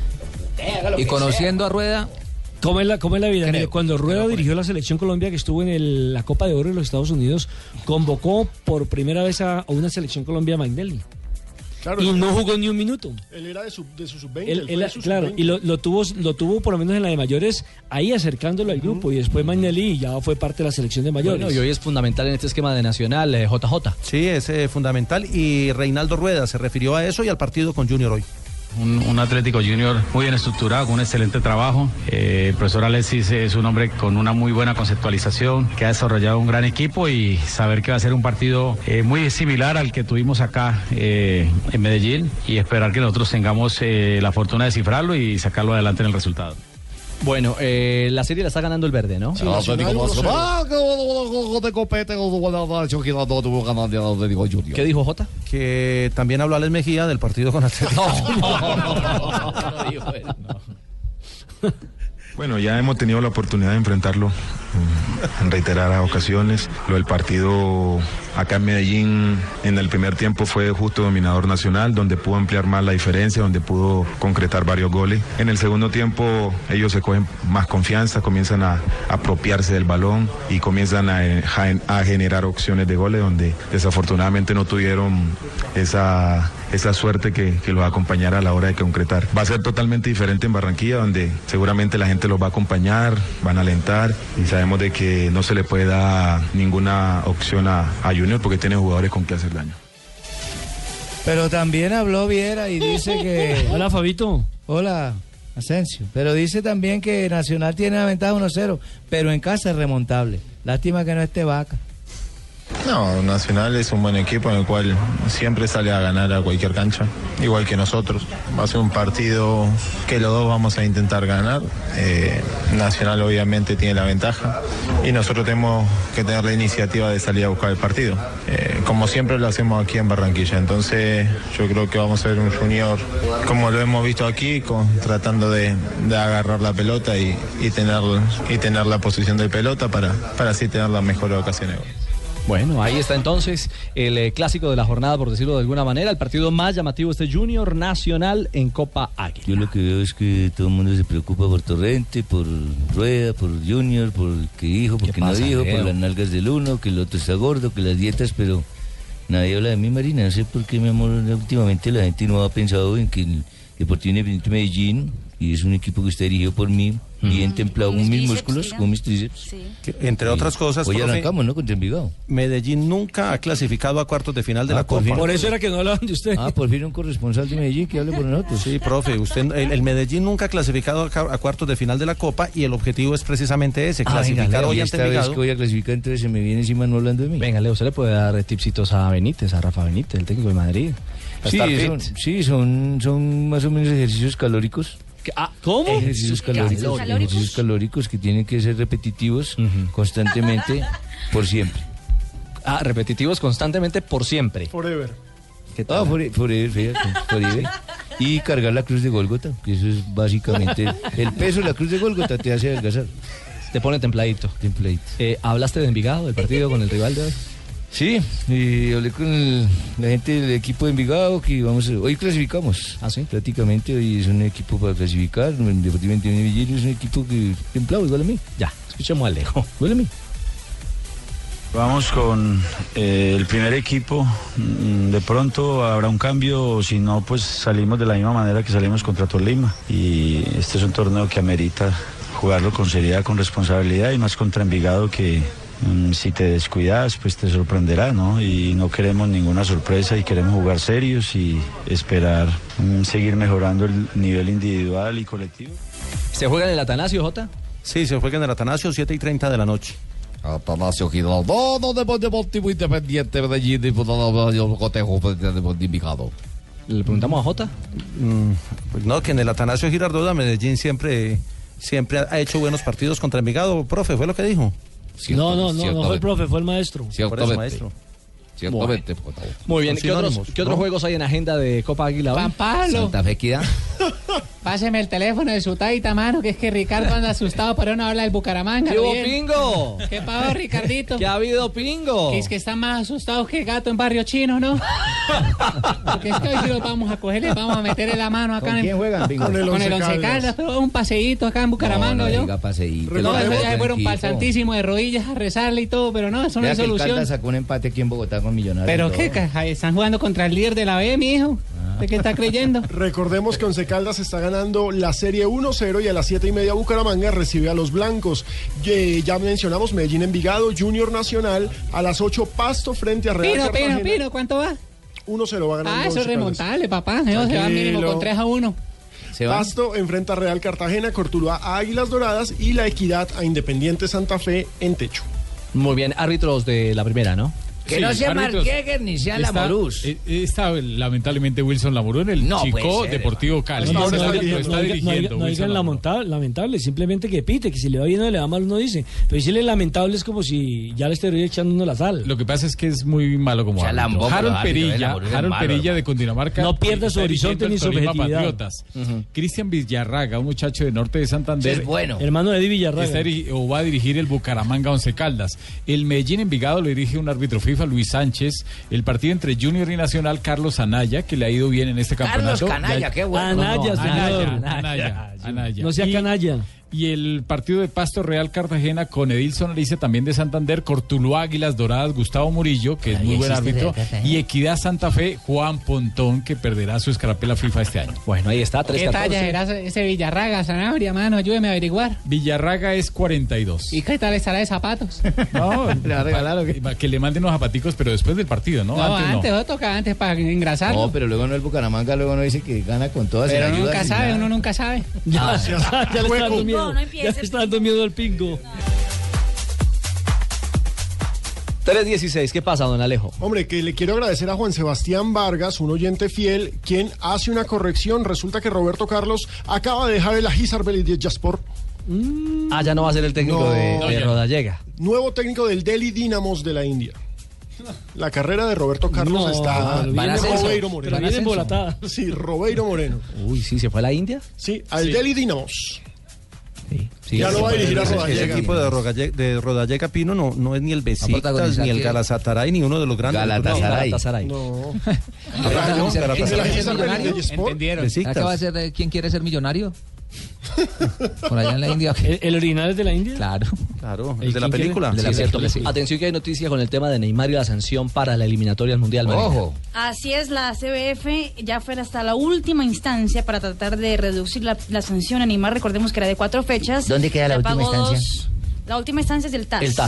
S18: y conociendo sea. a Rueda...
S12: ¿Cómo es la, cómo es la vida? Mire, cuando Rueda dirigió la selección Colombia, que estuvo en el, la Copa de Oro de los Estados Unidos, convocó por primera vez a, a una selección Colombia a Magnelli. Claro, y no jugó ni un minuto.
S11: Él era de su, de su sub veinte.
S12: Él, él, claro, y lo, lo, tuvo, lo tuvo por lo menos en la de mayores, ahí acercándolo al grupo. Uh-huh. Y después Magnelli ya fue parte de la selección de mayores.
S9: Bueno, y hoy es fundamental en este esquema de Nacional, eh, J J.
S13: Sí, es eh, fundamental. Y Reinaldo Rueda se refirió a eso y al partido con Junior hoy.
S19: Un, un Atlético Junior muy bien estructurado, con un excelente trabajo. Eh, el profesor Alexis es un hombre con una muy buena conceptualización, que ha desarrollado un gran equipo y saber que va a ser un partido eh, muy similar al que tuvimos acá eh, en Medellín y esperar que nosotros tengamos eh, la fortuna de cifrarlo y sacarlo adelante en el resultado.
S9: Bueno, eh, la serie la está ganando el verde, ¿no? Sí, ¿qué dijo Jota?
S13: Que también habló Alex Mejía del partido con Atlético.
S19: No, no, no, no, no dijo él, no.
S20: Bueno, ya hemos tenido la oportunidad de enfrentarlo en reiteradas ocasiones. Lo del partido acá en Medellín en el primer tiempo fue justo dominador Nacional, donde pudo ampliar más la diferencia, donde pudo concretar varios goles. En el segundo tiempo ellos se cogen más confianza, comienzan a apropiarse del balón y comienzan a, a generar opciones de goles donde desafortunadamente no tuvieron esa, esa suerte que, que los acompañara a la hora de concretar. Va a ser totalmente diferente en Barranquilla, donde seguramente la gente los va a acompañar, van a alentar y sabemos de que no se le puede dar ninguna opción a, a Junior porque tiene jugadores con que hacer daño.
S10: Pero también habló Viera y dice que...
S12: Hola, Fabito.
S10: Hola, Asensio. Pero dice también que Nacional tiene la ventaja uno cero, pero en casa es remontable. Lástima que no esté Vaca.
S20: No, Nacional es un buen equipo en el cual siempre sale a ganar a cualquier cancha, igual que nosotros. Va a ser un partido que los dos vamos a intentar ganar. Eh, Nacional obviamente tiene la ventaja y nosotros tenemos que tener la iniciativa de salir a buscar el partido, eh, como siempre lo hacemos aquí en Barranquilla. Entonces yo creo que vamos a ver un Junior como lo hemos visto aquí, con, tratando de, de agarrar la pelota y, y, tener, y tener la posición de pelota para, para así tener las mejores ocasiones.
S9: Bueno, ahí está entonces el eh, clásico de la jornada, por decirlo de alguna manera, el partido más llamativo este Junior Nacional en Copa Águila.
S10: Yo lo que veo es que todo el mundo se preocupa por Torrente, por Rueda, por Junior, por qué dijo, por qué no dijo, por las nalgas del uno, que el otro está gordo, que las dietas, pero nadie habla de mí, Marina. No sé por qué, mi amor, últimamente la gente no ha pensado en que el Deportivo Independiente Medellín, y es un equipo que está dirigido por mí, bien templado con mis músculos, con mis tríceps.
S13: Sí. Que, entre otras cosas,
S10: hoy arrancamos, ¿no? Contra Envigado.
S13: Medellín nunca ha clasificado a cuartos de final de
S10: ah,
S13: la
S10: por
S13: Copa.
S12: Fin. Por eso era que no hablaban de usted.
S10: Ah, por fin un corresponsal de Medellín que hable por nosotros.
S13: Sí, profe, usted, el, el Medellín nunca ha clasificado a, a cuartos de final de la Copa y el objetivo es precisamente ese, ah, clasificar venga, Leo,
S10: hoy ante Envigado. Vez que voy a clasificar, entonces se me viene encima no hablando de mí.
S9: Venga, Leo, usted le puede dar tipsitos a Benítez, a Rafa Benítez, el técnico de Madrid.
S10: Sí, son, sí son, son más o menos ejercicios calóricos.
S9: Ah, ¿cómo?
S10: Ejercicios calóricos, ejercicios calóricos que tienen que ser repetitivos uh-huh. constantemente por siempre.
S9: Ah, repetitivos constantemente por siempre.
S11: Forever.
S10: ¿Qué tal? Ah, forever, forever, fíjate, forever. Y cargar la cruz de Gólgota, que eso es básicamente el peso de la cruz de Gólgota te hace adelgazar.
S9: Te pone templadito.
S10: Templadito.
S9: Eh, ¿Hablaste de Envigado, del partido con el rival de hoy?
S10: Sí, y hablé con el, la gente del equipo de Envigado que vamos a, hoy clasificamos.
S9: ¿Ah, sí?
S10: Prácticamente hoy es un equipo para clasificar. El Deportivo Medellín es un equipo que templado, igual a mí.
S9: Ya, escuchemos a Alejo.
S10: Igual a mí.
S21: Vamos con eh, el primer equipo, de pronto habrá un cambio, si no pues salimos de la misma manera que salimos contra Tolima y este es un torneo que amerita jugarlo con seriedad, con responsabilidad y más contra Envigado que mm, si te descuidas pues te sorprenderá, ¿no? Y no queremos ninguna sorpresa y queremos jugar serios y esperar mm, seguir mejorando el nivel individual y colectivo.
S9: ¿Se juega en el Atanasio, Jota?
S13: Sí, se juega en el Atanasio, siete y treinta de la noche.
S16: Atanasio Girardot, Deportivo Independiente Medellín, diputado Cotejo de Envigado.
S9: ¿Le preguntamos a Jota?
S13: Mm, pues no, que en el Atanasio Girardot a Medellín siempre, siempre ha hecho buenos partidos contra Envigado. Profe, ¿fue lo que dijo?
S12: No, no, no, no fue el profe, fue el maestro.
S13: Por eso, maestro.
S16: Ciertamente.
S9: Bueno. Muy bien, ¿qué otros, ¿qué otros ¿no? juegos hay en agenda de Copa Águila hoy?
S22: Juan Pablo.
S10: Santa Fe Equidad.
S22: Páseme el teléfono de su taita, mano, que es que Ricardo anda asustado por una habla del Bucaramanga.
S9: ¿Qué hubo, Pingo?
S22: ¿Qué pavo, Ricardito?
S9: ¿Qué ha habido, Pingo?
S22: Que es que están más asustados que gato en barrio chino, ¿no? Porque es que hoy sí los vamos a coger, les vamos a meterle la mano acá.
S10: ¿Con
S22: en
S10: quién juegan, Pingo?
S22: Con el Once Caldas. Caldas, pero un paseíto acá en Bucaramanga,
S10: no, no
S22: yo.
S10: Diga paseíto.
S22: No, eso ya fueron para el Santísimo de rodillas a rezarle y todo, pero no, eso no es solución.
S10: Caldas sacó un empate aquí en Bogotá con Millonarios.
S22: ¿Pero qué? Están jugando contra el líder de la B, mi hijo. ¿De qué está creyendo?
S11: Recordemos que Once Caldas está ganando la serie uno cero y a las siete y media Bucaramanga recibe a los blancos. Eh, ya mencionamos Medellín Envigado, Junior Nacional, a las ocho Pasto frente a Real
S22: Pino,
S11: Cartagena.
S22: Pino, Pino, ¿cuánto va?
S11: uno cero va ganando.
S22: Ah, eso es remontable, papá. Eso se va mínimo con tres a uno.
S11: Pasto enfrenta a Real Cartagena, Cortuluá a Águilas Doradas y La Equidad a Independiente Santa Fe en techo.
S9: Muy bien, árbitros de la primera, ¿no?
S17: Que
S15: sí,
S17: no sea Marqueger ni sea Lamorús.
S15: Está lamentablemente Wilson Lamorú en el
S17: no,
S15: Chico Deportivo Cali.
S12: No,
S15: no,
S12: no,
S15: está,
S12: no,
S15: está
S12: no,
S15: dirigiendo.
S12: No digan lamentable, lamentable, simplemente que pite, que si le va bien o le va mal uno dice. Pero decirle lamentable es como si ya le estuviera echando uno la sal.
S15: Lo que pasa es que es muy malo como árbitro. Harold Perilla, Harold Perilla de Cundinamarca.
S12: No pierde su horizonte ni su objetividad.
S15: Uh-huh. Cristian Villarraga, un muchacho de norte de Santander.
S17: Es bueno.
S12: Hermano de Eddie Villarraga.
S15: Está, o va a dirigir el Bucaramanga Once Caldas. El Medellín Envigado lo dirige un árbitro FIFA, Luis Sánchez. El partido entre Junior y Nacional, Carlos Anaya, que le ha ido bien en este campeonato.
S17: Carlos Canalla, qué bueno.
S12: Anaya,
S15: no, no,
S12: señor.
S15: Anaya, Anaya, Anaya.
S12: No sea
S15: y,
S12: canalla.
S15: Y el partido de Pasto Real Cartagena con Edilson Arice, también de Santander, Cortuluá Águilas Doradas, Gustavo Murillo, que es muy buen árbitro, y Equidad Santa Fe, Juan Pontón, que perderá su escarapela FIFA este año.
S9: Bueno, ahí está, tres
S22: ¿Qué talla era ese Villarraga, Sanabria, mano? Ayúdeme a averiguar.
S15: Villarraga es cuarenta y dos.
S22: ¿Y qué tal estará de zapatos?
S15: No, le va a regalar que... que le manden unos zapaticos, pero después del partido, ¿no?
S22: No, antes,
S15: antes
S22: no. toca antes para engrasarlo.
S10: No, pero luego no el Bucaramanga, luego no dice que gana con todas.
S22: Pero uno nunca sabe, uno nunca sabe.
S12: Ya, ah, ya, ya, ya le está dando miedo.
S22: No, no empieces.
S12: Ya le está dando miedo al Pingo.
S9: tres dieciséis, ¿qué pasa, don Alejo?
S11: Hombre, que le quiero agradecer a Juan Sebastián Vargas, un oyente fiel, quien hace una corrección. Resulta que Roberto Carlos acaba de dejar el Ajísar Belediyespor.
S9: Mm. Ah, ya no va a ser el técnico no, de, de Rodallega.
S11: Nuevo técnico del Delhi Dynamos de la India. La carrera de Roberto Carlos no, está...
S12: Viene
S11: Robeiro Moreno.
S12: Viene embolatada.
S11: Sí, Robeiro Moreno.
S9: Uy, sí, ¿se fue a la India?
S11: Sí, al sí. Delhi Dynamos.
S9: Sí, sí,
S11: ya
S9: sí,
S11: no va a dirigir a Rodallega.
S13: El equipo de Rodallega, de Rodallega Pino no, no es ni el Besiktas, ni el Galatasaray, ni uno de los grandes.
S10: Galatasaray.
S11: No.
S18: ¿Entendieron? ¿Acaba de ser quién quiere ser millonario? Por allá en la India.
S12: ¿El, el original es de la India?
S9: Claro.
S13: Claro, el de la película.
S9: Sí,
S13: de la
S9: cierto,
S13: película.
S9: Sí. Atención que hay noticia con el tema de Neymar y la sanción para la eliminatoria al Mundial.
S10: Ojo.
S6: Así es, la C B F ya fue hasta la última instancia para tratar de reducir la, la sanción a Neymar. Recordemos que era de cuatro fechas.
S17: ¿Dónde queda la última instancia?
S6: Dos, la última instancia es el T A S.
S9: El T A S.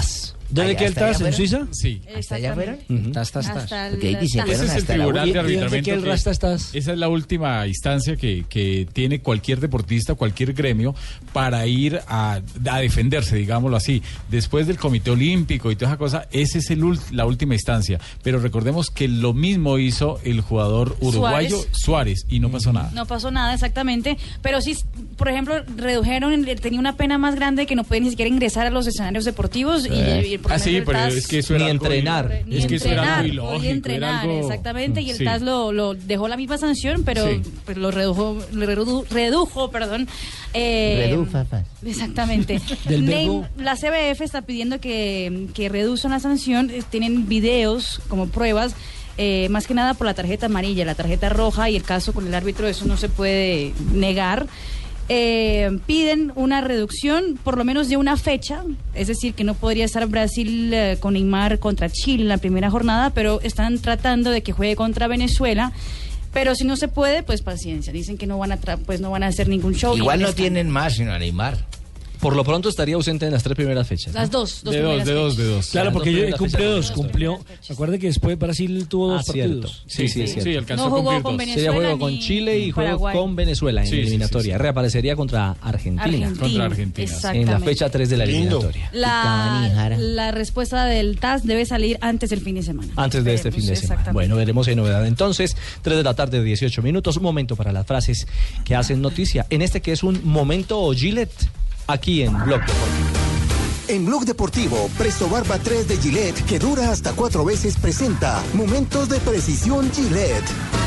S12: ¿Dónde queda el T A S? ¿En Suiza?
S15: Sí.
S17: ¿Hasta allá fueron?
S9: Uh-huh.
S17: Tas, tas, tas.
S15: Ese es el tribunal de arbitramiento. Que, esa es la última instancia que, que tiene cualquier deportista, cualquier gremio, para ir a, a defenderse, digámoslo así. Después del Comité Olímpico y toda esa cosa, esa es el, la última instancia. Pero recordemos que lo mismo hizo el jugador uruguayo Suárez, Suárez y no pasó nada.
S6: No pasó nada, exactamente. Pero sí, por ejemplo, redujeron, tenía una pena más grande que no puede ni siquiera ingresar a los escenarios deportivos.
S15: Eh.
S6: y, y
S15: Ah, sí, pero es que eso
S9: ni
S15: era
S9: entrenar.
S15: Algo,
S6: ni
S15: es que
S6: entrenar,
S15: eso era algo ilógico.
S6: Podía entrenar,
S15: algo...
S6: exactamente, y el
S15: sí.
S6: T A S lo, lo dejó la misma sanción, pero sí. pues lo redujo, lo redujo, redujo perdón. Eh,
S17: Redufa,
S6: exactamente. Ney, la C B F está pidiendo que, que reduzcan la sanción, tienen videos como pruebas. Eh, más que nada por la tarjeta amarilla, la tarjeta roja y el caso con el árbitro, eso no se puede negar. Eh, piden una reducción por lo menos de una fecha, es decir, que no podría estar Brasil eh, con Neymar contra Chile en la primera jornada, pero están tratando de que juegue contra Venezuela. Pero si no se puede, pues paciencia. Dicen que no van a tra- pues no van a hacer ningún show.
S17: Igual no tienen más sino a Neymar.
S9: Por lo pronto estaría ausente en las tres primeras fechas.
S6: Las dos, dos
S15: de dos, de dos, de dos.
S12: Claro, porque
S9: dos
S12: yo cumplió dos, cumplió. Acuerde que después Brasil tuvo dos
S9: ah,
S12: partidos.
S9: Sí, sí, sí,
S15: sí, sí alcanzó
S6: no
S15: a
S6: cumplir
S15: dos.
S6: Venezuela,
S9: sería juego con Chile y juego
S6: Paraguay.
S9: con Venezuela en
S15: sí,
S9: la eliminatoria.
S15: Sí, sí, sí.
S9: Reaparecería contra Argentina.
S6: Argentina.
S15: Contra Argentina.
S9: En la fecha tres de la eliminatoria.
S6: La, la respuesta del T A S debe salir antes del fin de semana.
S9: Antes de este fin de semana. Bueno, veremos si hay novedad. Entonces, tres de la tarde, dieciocho minutos. Un momento para las frases que hacen noticia. En este que es un momento Gillette, aquí en Blog Deportivo.
S1: En Blog Deportivo, Presto Barba tres de Gillette, que dura hasta cuatro veces, presenta Momentos de Precisión Gillette.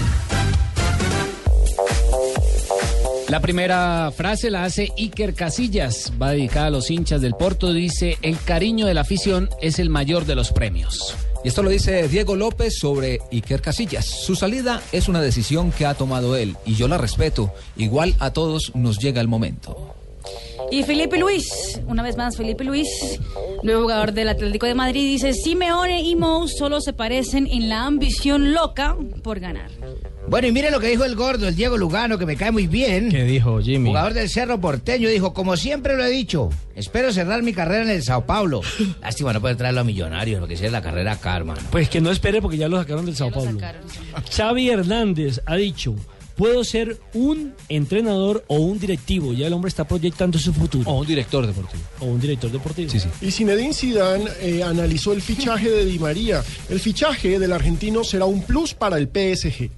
S2: La primera frase la hace Iker Casillas, va dedicada a los hinchas del Porto, dice: el cariño de la afición es el mayor de los premios.
S18: Y esto lo dice Diego López sobre Iker Casillas. Su salida es una decisión que ha tomado él y yo la respeto. Igual a todos nos llega el momento.
S6: Y Felipe Luis, una vez más Felipe Luis, nuevo jugador del Atlético de Madrid, dice: Simeone y Mou solo se parecen en la ambición loca por ganar.
S17: Bueno, y mire lo que dijo el gordo, el Diego Lugano, que me cae muy bien.
S9: ¿Qué dijo Jimmy?
S17: Jugador del Cerro Porteño, dijo: como siempre lo he dicho, espero cerrar mi carrera en el Sao Paulo. Lástima no poder traerlo a Millonarios, porque si es la carrera acá, hermano.
S12: Pues que no espere porque ya lo sacaron del Sao Paulo. Xavi Hernández ha dicho: puedo ser un entrenador o un directivo. Ya el hombre está proyectando su futuro.
S9: O un director deportivo.
S12: O un director deportivo.
S9: Sí, sí.
S11: Y Zinedine Zidane eh, analizó el fichaje de Di María. El fichaje del argentino será un plus para el P S G.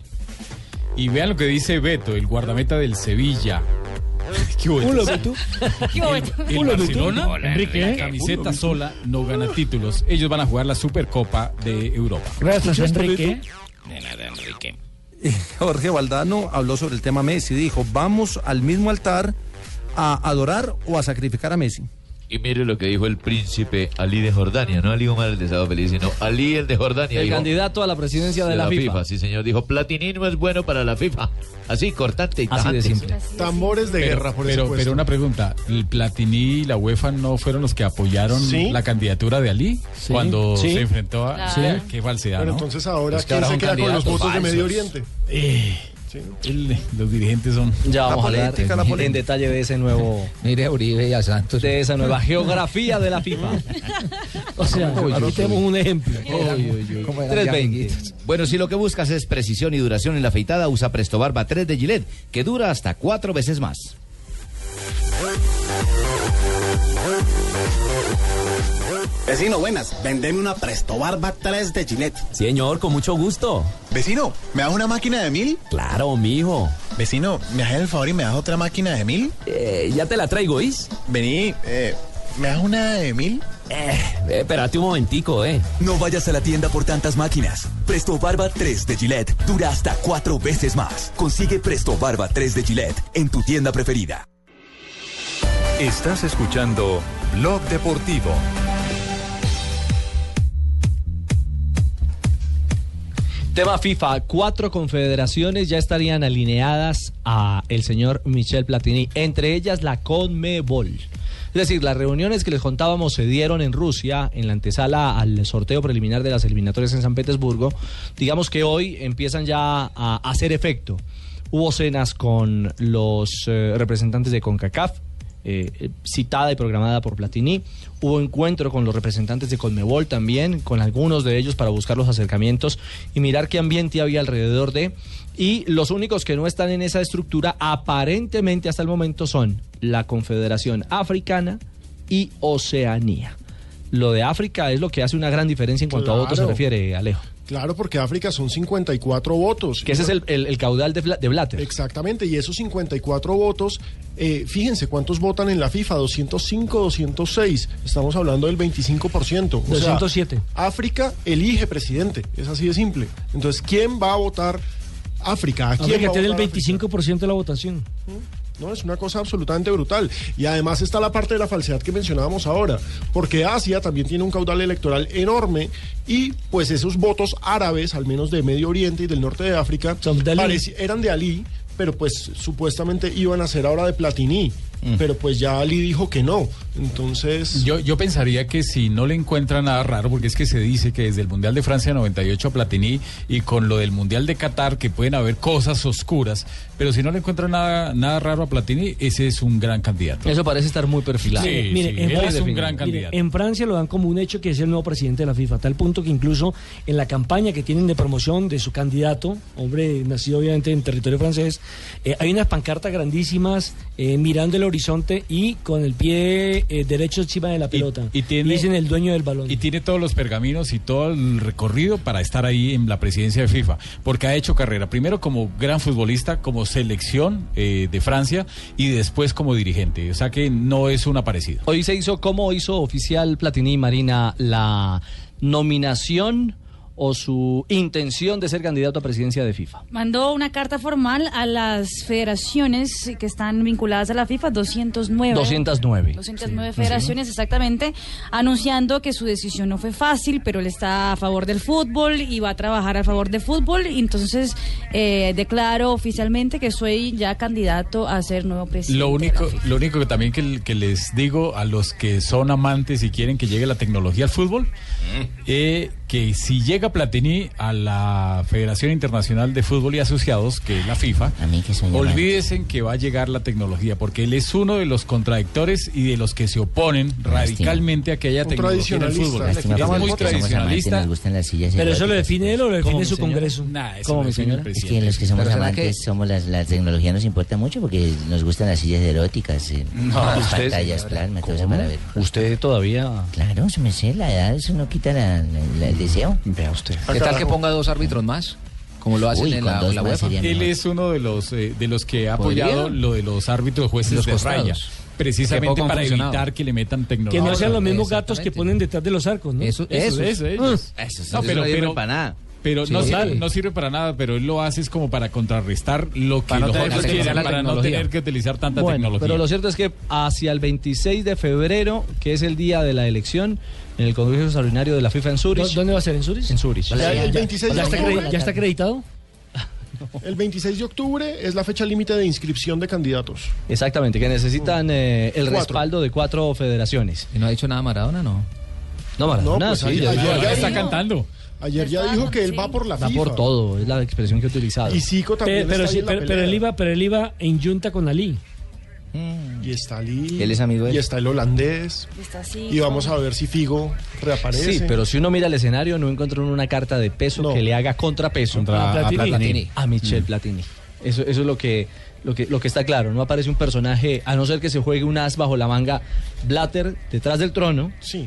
S15: Y vean lo que dice Beto, el guardameta del Sevilla. ¿Qué hubo?
S12: Ulo, Beto.
S15: El, el Barcelona, la camiseta sola, no gana títulos. Ellos van a jugar la Supercopa de Europa.
S12: Gracias, Enrique.
S10: De nada, Enrique.
S13: Jorge Valdano habló sobre el tema Messi. Dijo: vamos al mismo altar a adorar o a sacrificar a Messi.
S10: Y mire lo que dijo el príncipe Ali de Jordania, no Ali Omar el de Sábado Feliz, sino Ali el de Jordania.
S9: El
S10: dijo,
S9: candidato a la presidencia de, de la, la FIFA. FIFA.
S10: Sí, señor, dijo: Platini no es bueno para la FIFA. Así, cortante y tajante.
S9: Así de simple.
S11: Tambores de
S15: pero,
S11: guerra, por
S15: pero, pero una pregunta, ¿el Platini y la UEFA no fueron los que apoyaron ¿Sí? la candidatura de Ali?
S11: Sí.
S15: Cuando
S11: ¿Sí?
S15: se enfrentó a...
S11: Sí.
S15: Qué falsedad,
S11: Pero
S15: ¿no?
S11: entonces ahora,
S15: Es que
S11: ¿quién
S15: ahora
S11: se queda con los votos
S15: falsos.
S11: de Medio Oriente?
S15: Eh... Sí. El, los dirigentes son...
S9: Ya vamos a hablar en detalle de ese nuevo...
S18: Mire a Uribe y a Santos.
S9: De esa nueva geografía de la FIFA.
S12: O sea, aquí tenemos un ejemplo.
S10: tres veinte. Bueno, si lo que buscas es precisión y duración en la afeitada, usa Presto Barba tres de Gillette, que dura hasta cuatro veces más.
S1: Vecino, buenas. Vendeme una Presto Barba tres de Gillette.
S23: Sí, señor, con mucho gusto.
S1: Vecino, ¿me das una máquina de mil?
S23: Claro, mijo.
S1: Vecino, ¿me haces el favor y me das otra máquina de mil?
S23: Eh, ya te la traigo, ¿is?
S1: Vení, eh, ¿me das una de mil?
S23: Eh, eh, espérate un momentico, eh.
S24: No vayas a la tienda por tantas máquinas. Presto Barba tres de Gillette dura hasta cuatro veces más. Consigue Presto Barba tres de Gillette en tu tienda preferida.
S3: Estás escuchando Blog Deportivo.
S9: Tema FIFA, cuatro confederaciones ya estarían alineadas a el señor Michel Platini, entre ellas la CONMEBOL. Es decir, las reuniones que les contábamos se dieron en Rusia, en la antesala al sorteo preliminar de las eliminatorias en San Petersburgo. Digamos que hoy empiezan ya a hacer efecto. Hubo cenas con los eh, representantes de CONCACAF, eh, citada y programada por Platini. Hubo encuentro con los representantes de Conmebol también, con algunos de ellos para buscar los acercamientos y mirar qué ambiente había alrededor de. Y los únicos que no están en esa estructura, aparentemente hasta el momento, son la Confederación Africana y Oceanía. Lo de África es lo que hace una gran diferencia en cuanto claro. a votos se refiere, Alejo.
S11: Claro, porque África son cincuenta y cuatro votos.
S9: Que ese es el, el, el caudal de, de Blatter.
S11: Exactamente, y esos cincuenta y cuatro votos, eh, fíjense cuántos votan en la FIFA, doscientos cinco, doscientos seis, estamos hablando del veinticinco por ciento. O
S12: doscientos siete.
S11: Sea, África elige presidente, es así de simple. Entonces, ¿quién va a votar África? ¿A quién
S12: África
S11: va a
S12: tiene
S11: votar
S12: el veinticinco por ciento de la votación.
S11: ¿Mm? No, es una cosa absolutamente brutal. Y además está la parte de la falsedad que mencionábamos ahora, porque Asia también tiene un caudal electoral enorme y pues esos votos árabes, al menos de Medio Oriente y del norte de África, pareci- eran de Ali, pero pues supuestamente iban a ser ahora de Platini. Mm. Pero pues ya Ali dijo que no. Entonces...
S15: Yo, yo pensaría que si no le encuentra nada raro, porque es que se dice que desde el Mundial de Francia noventa y ocho a Platini y con lo del Mundial de Qatar que pueden haber cosas oscuras, pero si no le encuentra nada, nada raro a Platini, ese es un gran candidato.
S9: Eso parece estar muy perfilado.
S15: Sí,
S12: mire,
S15: sí,
S12: en
S15: él
S12: Francia,
S15: es un gran candidato.
S12: Mire, en Francia lo dan como un hecho que es el nuevo presidente de la FIFA, a tal punto que incluso en la campaña que tienen de promoción de su candidato, hombre nacido obviamente en territorio francés, eh, hay unas pancartas grandísimas eh, mirando el horizonte y con el pie eh, derecho encima de la pelota.
S15: Y, y tiene,
S12: dicen el dueño del balón.
S15: Y tiene todos los pergaminos y todo el recorrido para estar ahí en la presidencia de FIFA, porque ha hecho carrera, primero como gran futbolista, como selección eh, de Francia y después como dirigente, o sea que no es un aparecido.
S9: Hoy se hizo, ¿cómo hizo oficial Platini, Marina, la nominación o su intención de ser candidato a presidencia de FIFA?
S6: Mandó una carta formal a las federaciones que están vinculadas a la FIFA, doscientos nueve.
S9: doscientos nueve.
S6: doscientos nueve
S9: sí.
S6: federaciones, sí. Exactamente, anunciando que su decisión no fue fácil, pero él está a favor del fútbol y va a trabajar a favor del fútbol. Y entonces eh, declaro oficialmente que soy ya candidato a ser nuevo presidente.
S15: Lo único, lo único que también que, que les digo a los que son amantes y quieren que llegue la tecnología al fútbol, mm. eh, que si llega Platini a la Federación Internacional de Fútbol y Asociados, que es la FIFA,
S17: a mí que soy
S15: olvídense que va a llegar la tecnología, porque él es uno de los contradictores y de los que se oponen radicalmente a que haya tecnología en el fútbol. Es muy tradicionalista.
S17: Nos gustan las sillas
S12: pero eso lo define él o lo define su Congreso.
S15: Nah,
S17: ¿Cómo, mi señora? Es que los que somos amantes, que... somos las, la tecnología nos importa mucho porque nos gustan las sillas eróticas, eh,
S9: no,
S17: las
S9: usted,
S17: pantallas plasma, todo eso para ver.
S9: ¿Usted todavía?
S17: Claro, se me sé, la edad, eso no quita la, la, la, el deseo.
S9: Vea usted.
S18: ¿Qué tal que ponga dos árbitros más? Como lo hacen Uy, en la, la UEFA.
S15: Él es uno de los eh, de los que ha apoyado lo de los árbitros jueces
S18: los
S15: de
S18: costados.
S15: raya. Precisamente para evitar que le metan tecnología.
S12: Que no sean los mismos gatos que ponen detrás de los arcos, ¿no?
S18: Eso, eso,
S15: eso. eso,
S18: uh,
S15: eso.
S18: eso
S15: no, pero,
S18: no sirve
S15: pero,
S18: para nada.
S15: Pero
S18: sí,
S15: no,
S18: sí.
S15: sirve, no sirve para nada, pero él lo hace es como para contrarrestar lo que
S18: para no
S15: los
S18: tener,
S15: otros quieren, para
S18: tecnología.
S15: no tener que utilizar tanta
S9: bueno,
S15: tecnología.
S9: Pero lo cierto es que hacia el veintiséis de febrero, que es el día de la elección, en el Congreso Extraordinario de la FIFA en Zurich.
S12: ¿Dónde va a ser? ¿En Zurich?
S9: En Zurich.
S11: Ya, el veintiséis
S12: ¿Ya,
S11: de
S12: está,
S11: octubre,
S12: ¿Ya está acreditado?
S11: El veintiséis de octubre es la fecha límite de inscripción de candidatos.
S9: Exactamente, que necesitan eh, el
S11: cuatro.
S9: respaldo de cuatro federaciones.
S18: ¿Y no ha dicho nada Maradona, no?
S9: No, Maradona,
S11: no, pues
S9: sí,
S11: ayer,
S9: ya,
S11: ayer,
S9: ya,
S11: ya
S15: ya está
S11: dijo,
S15: cantando.
S11: Ayer ya dijo que él va por la
S9: va
S11: FIFA.
S9: por todo, es la expresión que ha utilizado.
S11: Y Zico también
S12: pero, pero,
S11: está
S12: sí,
S11: ahí en la
S12: pero, pero,
S11: pelea.
S12: él iba, pero él iba en junta con Ali.
S11: Y está Ali.
S17: Él es amigo de él.
S11: Y está el holandés.
S6: Y está así,
S11: Y vamos a ver si Figo reaparece.
S9: Sí, pero si uno mira el escenario, no encuentra una carta de peso
S11: No.
S9: que le haga contrapeso
S15: Contra
S9: a
S15: Platini.
S9: Platini. A Michel Platini. Eso, eso es lo que, lo que lo que está claro. No aparece un personaje, a no ser que se juegue un as bajo la manga, Blatter detrás del trono.
S11: Sí.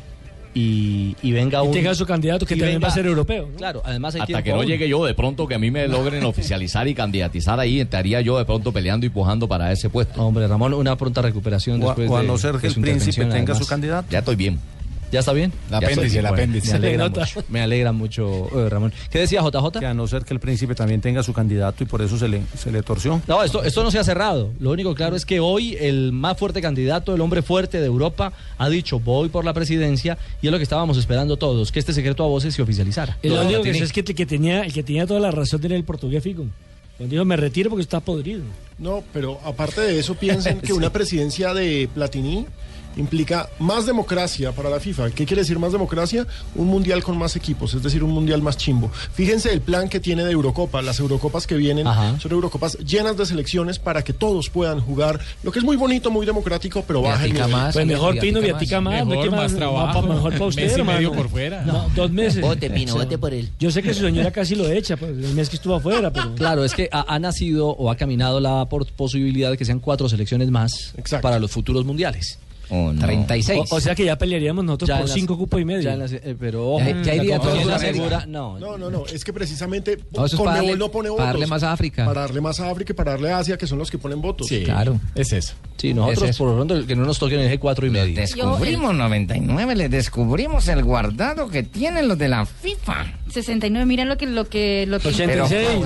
S9: Y, y venga
S12: y
S9: un...
S12: tenga su candidato que
S9: y
S12: también
S9: venga,
S12: va a ser europeo, ¿no?
S9: Claro, además hay
S16: Hasta que
S9: tiempo
S16: no
S9: aún.
S16: llegue yo, de pronto que a mí me logren oficializar y candidatizar ahí, estaría yo de pronto peleando y pujando para ese puesto.
S9: Hombre, Ramón, una pronta recuperación
S13: O,
S9: después
S13: o a
S9: de
S13: no ser
S9: de
S13: que el
S9: su
S13: príncipe
S9: intervención,
S13: tenga
S9: además.
S13: su candidato.
S16: Ya estoy bien.
S9: ¿Ya está bien?
S15: El apéndice, el apéndice.
S9: Me alegra
S12: nota.
S9: mucho, me alegra mucho eh, Ramón. ¿Qué decía J J?
S13: Que a no ser que el príncipe también tenga su candidato y por eso se le, se le torció.
S9: No, esto, esto no se ha cerrado. Lo único claro es que hoy el más fuerte candidato, el hombre fuerte de Europa, ha dicho voy por la presidencia y es lo que estábamos esperando todos, que este secreto a voces se oficializara.
S12: El
S9: Lo
S12: único que
S9: tiene-
S12: sé es que el que tenía, el que tenía toda la razón era el portugués Figo. Cuando dijo me retiro porque está podrido.
S11: No, pero aparte de eso, piensen que una presidencia de Platini implica más democracia para la FIFA. ¿Qué quiere decir más democracia? Un mundial con más equipos, es decir, un mundial más chimbo. Fíjense el plan que tiene de Eurocopa. Las Eurocopas que vienen Ajá. son Eurocopas llenas de selecciones para que todos puedan jugar, lo que es muy bonito, muy democrático, pero baja el nivel.
S12: Más, pues mejor, Pino, viatica más.
S15: Mejor, más, más trabajo.
S12: No, mejor para usted,
S15: mes y
S12: hermano.
S15: medio por fuera.
S12: No, dos meses.
S17: Vote, Pino, vote por él.
S12: Yo sé que su señora casi lo echa, pues, el mes que estuvo afuera, pero...
S9: Claro, es que ha, ha nacido o ha caminado la posibilidad de que sean cuatro selecciones más Exacto. para los futuros mundiales.
S17: Oh, no.
S12: treinta y seis. O, o sea que ya pelearíamos nosotros ya por cinco las, cupos y medio.
S9: Las, eh, pero ojo,
S17: ya, ya iría todo
S9: la segura. No,
S11: no, no, no, es que precisamente
S18: no, Conmebol
S11: no pone votos.
S18: Para darle más a África.
S11: Para darle más a África y para darle a Asia, que son los que ponen votos.
S15: Sí,
S18: claro.
S15: Es eso.
S9: Sí, nosotros es eso. Por lo pronto que no nos toquen el G cuatro y medio.
S17: Descubrimos noventa y nueve, les descubrimos el guardado que tienen los de la FIFA.
S6: sesenta y nueve, mira lo que lo que lo que
S12: ochenta y seis.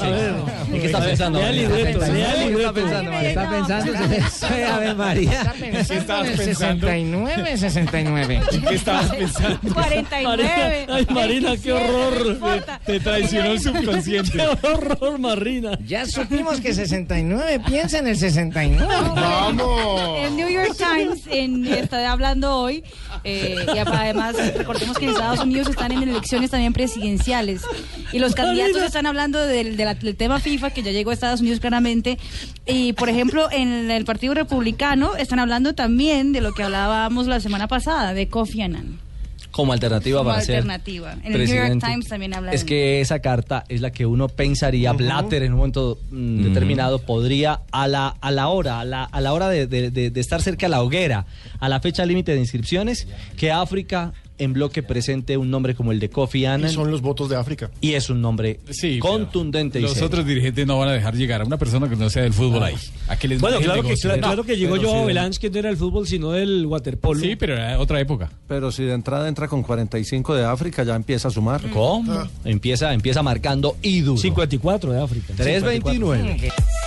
S9: ¿En qué está pensando?
S12: Lea libreto, lea
S17: libreto. ¿Qué está pensando? ¿Qué está pensando? A ver, María.
S15: ¿Qué estabas pensando?
S17: sesenta y nueve, sesenta y nueve.
S15: ¿Qué estabas pensando?
S6: cuarenta y nueve.
S12: Ay, Marina, qué horror.
S15: Te traicionó el subconsciente.
S12: Qué horror, Marina.
S17: Ya supimos que sesenta y nueve piensa en el sesenta y nueve.
S11: ¡Vamos!
S6: El New York Times en, está hablando hoy, eh, y además recordemos que en Estados Unidos están en elecciones también presidenciales, y los candidatos están hablando del, del, del tema FIFA, que ya llegó a Estados Unidos claramente, y por ejemplo en el Partido Republicano están hablando también de lo que hablábamos la semana pasada, de Kofi Annan.
S9: Como alternativa
S6: Como
S9: para
S6: alternativa.
S9: ser
S6: En el New York Times también habla de
S9: Es que esa carta es la que uno pensaría, uh-huh. Blatter en un momento mm, uh-huh. determinado podría a la a la hora, a la, a la hora de, de, de, de estar cerca a la hoguera, a la fecha límite de inscripciones, que África en bloque presente un nombre como el de Kofi Annan.
S11: Y son los votos de África.
S9: Y es un nombre
S15: sí,
S9: contundente.
S15: Los y otros dirigentes no van a dejar llegar a una persona que no sea del fútbol ah. ahí. ¿A qué les
S12: bueno, claro que, claro,
S15: no,
S12: claro que llegó Joao Belange, que no era el fútbol, sino del waterpolo.
S15: Sí, pero era otra época.
S13: Pero si de entrada entra con cuarenta y cinco de África, ya empieza a sumar.
S9: ¿Cómo? Ah. Empieza, empieza marcando y duro.
S12: cincuenta y cuatro de África.
S9: tres veintinueve.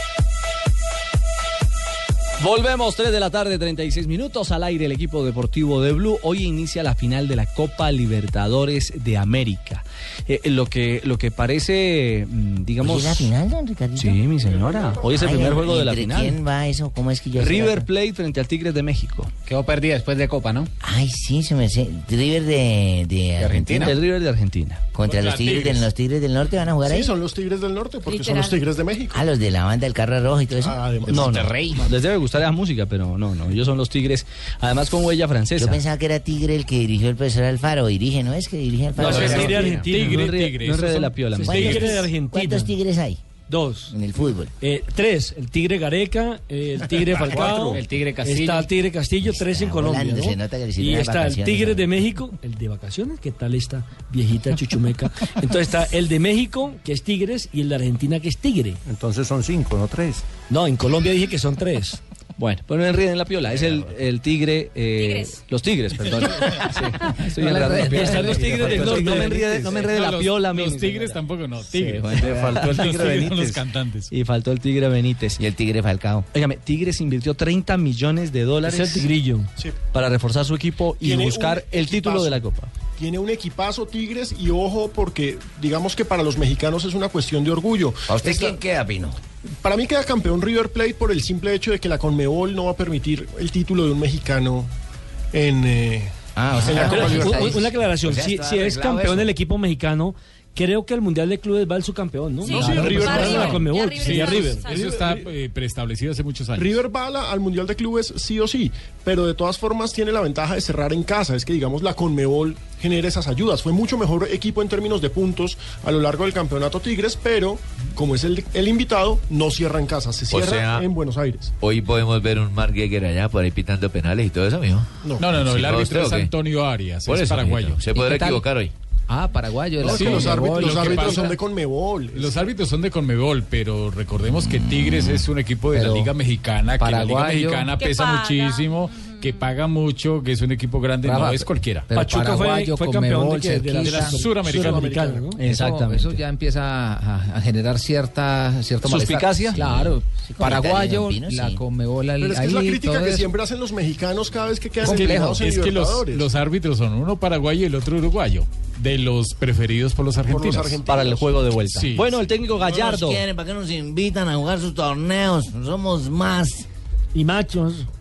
S9: Volvemos, tres de la tarde, treinta y seis minutos, al aire el equipo deportivo de Blue. Hoy inicia la final de la Copa Libertadores de América. Eh, lo que lo que parece, digamos...
S17: ¿Hoy es la final, don Ricardito?
S9: Sí, mi señora. Hoy es el
S17: Ay,
S9: primer juego de la final.
S17: ¿Quién va eso? ¿Cómo es que yo
S9: River Plate frente al Tigres de México.
S23: Quedó perdida después de Copa, ¿no?
S17: Ay, sí, se me sé. River de, de, de
S23: Argentina.
S9: El River de Argentina.
S17: Contra los tigres, tigres. De, los Tigres del Norte van a jugar
S11: sí,
S17: ahí.
S11: Sí, son los Tigres del Norte, porque
S6: Literal.
S11: Son los Tigres de México.
S17: Ah, los de la banda del Carro Rojo y todo eso.
S11: Ah,
S9: no, Monterrey. No, les debe gustar esa música, pero no, no, ellos son los Tigres, además con huella francesa.
S17: Yo pensaba que era Tigre el que dirigió el profesor Alfaro. Dirige, ¿no es que dirige Alfaro?
S12: No,
S17: No,
S12: es
S17: no,
S12: Tigre argentino.
S9: Tigre,
S12: no,
S9: tigre, no es de la piola.
S12: Tigre de Argentina.
S17: ¿Cuántos Tigres hay?
S12: Dos.
S17: En el fútbol.
S12: Eh, tres. El Tigre Gareca, eh, el Tigre Falcao.
S23: El Tigre Castillo.
S12: Está el Tigre Castillo, tres en Colombia.
S17: Volando,
S12: ¿no?
S17: se nota que
S12: y está el Tigre
S17: ¿no?
S12: de México, el de vacaciones. ¿Qué tal esta viejita chuchumeca? Entonces está el de México, que es Tigres, y el de Argentina, que es Tigre.
S13: Entonces son cinco, no tres.
S12: No, en Colombia dije que son tres.
S9: Bueno, pero no enreden la piola, es el, el tigre... Eh,
S6: tigres.
S9: Los tigres, perdón. Sí, estoy
S17: no
S9: enredando la piola.
S12: Están los tigres del norte.
S9: No me enrede, no me enrede
S15: no,
S9: la
S15: los,
S9: piola.
S15: Los
S9: mi
S15: tigres
S9: señora.
S15: tampoco, no. Tigres.
S9: Sí, bueno, faltó el tigre Benítez.
S15: Los cantantes.
S9: Y faltó el tigre Benítez.
S17: Y el Tigre Falcao.
S9: Óigame, Tigres invirtió treinta millones de dólares
S12: Es el tigrillo.
S11: Sí.
S9: para reforzar su equipo y
S11: Tiene
S9: buscar
S11: un
S9: el título
S11: equipazo.
S9: de la Copa.
S11: Tiene un equipazo Tigres y ojo porque digamos que para los mexicanos es una cuestión de orgullo.
S17: ¿A usted
S11: Esta-
S17: quién queda, Pino?
S11: Para mí queda campeón River Plate por el simple hecho de que la Conmebol no va a permitir el título de un mexicano en... Eh,
S17: Ah, o sea,
S11: en la
S12: Pero,
S11: Copa
S12: un-
S11: Libertadores.
S12: una aclaración,
S17: O sea,
S12: si,
S17: está
S12: si es
S17: arreglado
S12: campeón
S17: eso.
S12: el equipo mexicano, creo que al Mundial de Clubes va el subcampeón, ¿no?
S6: Sí,
S11: No, sí,
S12: Claro,
S11: River
S12: pues,
S11: va
S12: va
S11: a
S12: la Conmebol,
S6: River
S12: sería
S6: está-
S12: River.
S6: está-
S15: Eso está eh, preestablecido hace muchos años.
S11: River va a la- al Mundial de Clubes sí o sí, pero de todas formas tiene la ventaja de cerrar en casa, es que digamos la Conmebol genera esas ayudas. Fue mucho mejor equipo en términos de puntos a lo largo del campeonato Tigres, pero como es el, el invitado, no cierra en casa, se cierra
S4: sea,
S11: en Buenos Aires.
S4: Hoy podemos ver un Mark Geiger allá por ahí pitando penales y todo eso, mijo.
S15: No, no, no,
S4: ¿Sí,
S15: el
S4: no,
S15: árbitro
S4: usted
S15: es
S4: o qué?
S15: Antonio Arias,
S4: Por
S15: es
S4: eso,
S15: paraguayo.
S4: mijito, se
S18: ¿Y
S4: podrá
S18: qué tal?
S4: equivocar hoy.
S18: Ah, paraguayo. de
S11: No,
S18: la
S11: es que los
S18: Conmebol.
S11: árbitros, los
S15: Lo que
S11: árbitros
S15: pasa-
S11: son de Conmebol.
S15: Los árbitros son de Conmebol, pero recordemos que Tigres es un equipo de
S18: Pero
S15: la Liga Mexicana, que la Liga
S18: paraguayo-
S15: Mexicana
S6: Que
S15: pesa
S6: paga.
S15: muchísimo, que paga mucho, que es un equipo grande,
S18: Rafa,
S15: no es cualquiera.
S18: Pero
S12: Pachuca fue-
S18: paraguayo,
S12: fue campeón de
S18: Conmebol,
S12: que- de la-
S18: cerquita.
S15: de la Suramericana.
S12: Suramericana, ¿no?
S18: Eso-
S9: Exactamente.
S18: Eso ya empieza a, a generar cierta, cierto malestar.
S9: ¿Suspicacia?
S18: Claro.
S17: Sí,
S18: Paraguayo,
S17: comentario,
S18: la
S17: sí.
S18: Conmebol ahí.
S11: Pero es que es la crítica
S18: todo
S11: que
S18: eso.
S11: siempre hacen los mexicanos cada vez que quedan
S18: Complejo.
S11: eliminados en
S15: Es que los,
S11: Libertadores.
S15: los árbitros son uno paraguayo y el otro uruguayo, de los preferidos por los argentinos.
S11: argentinos.
S9: Para el juego de vuelta.
S15: Sí.
S9: Bueno, el técnico Gallardo.
S17: No nos quieren, ¿para qué nos invitan a jugar sus torneos? Somos más.
S12: Y machos.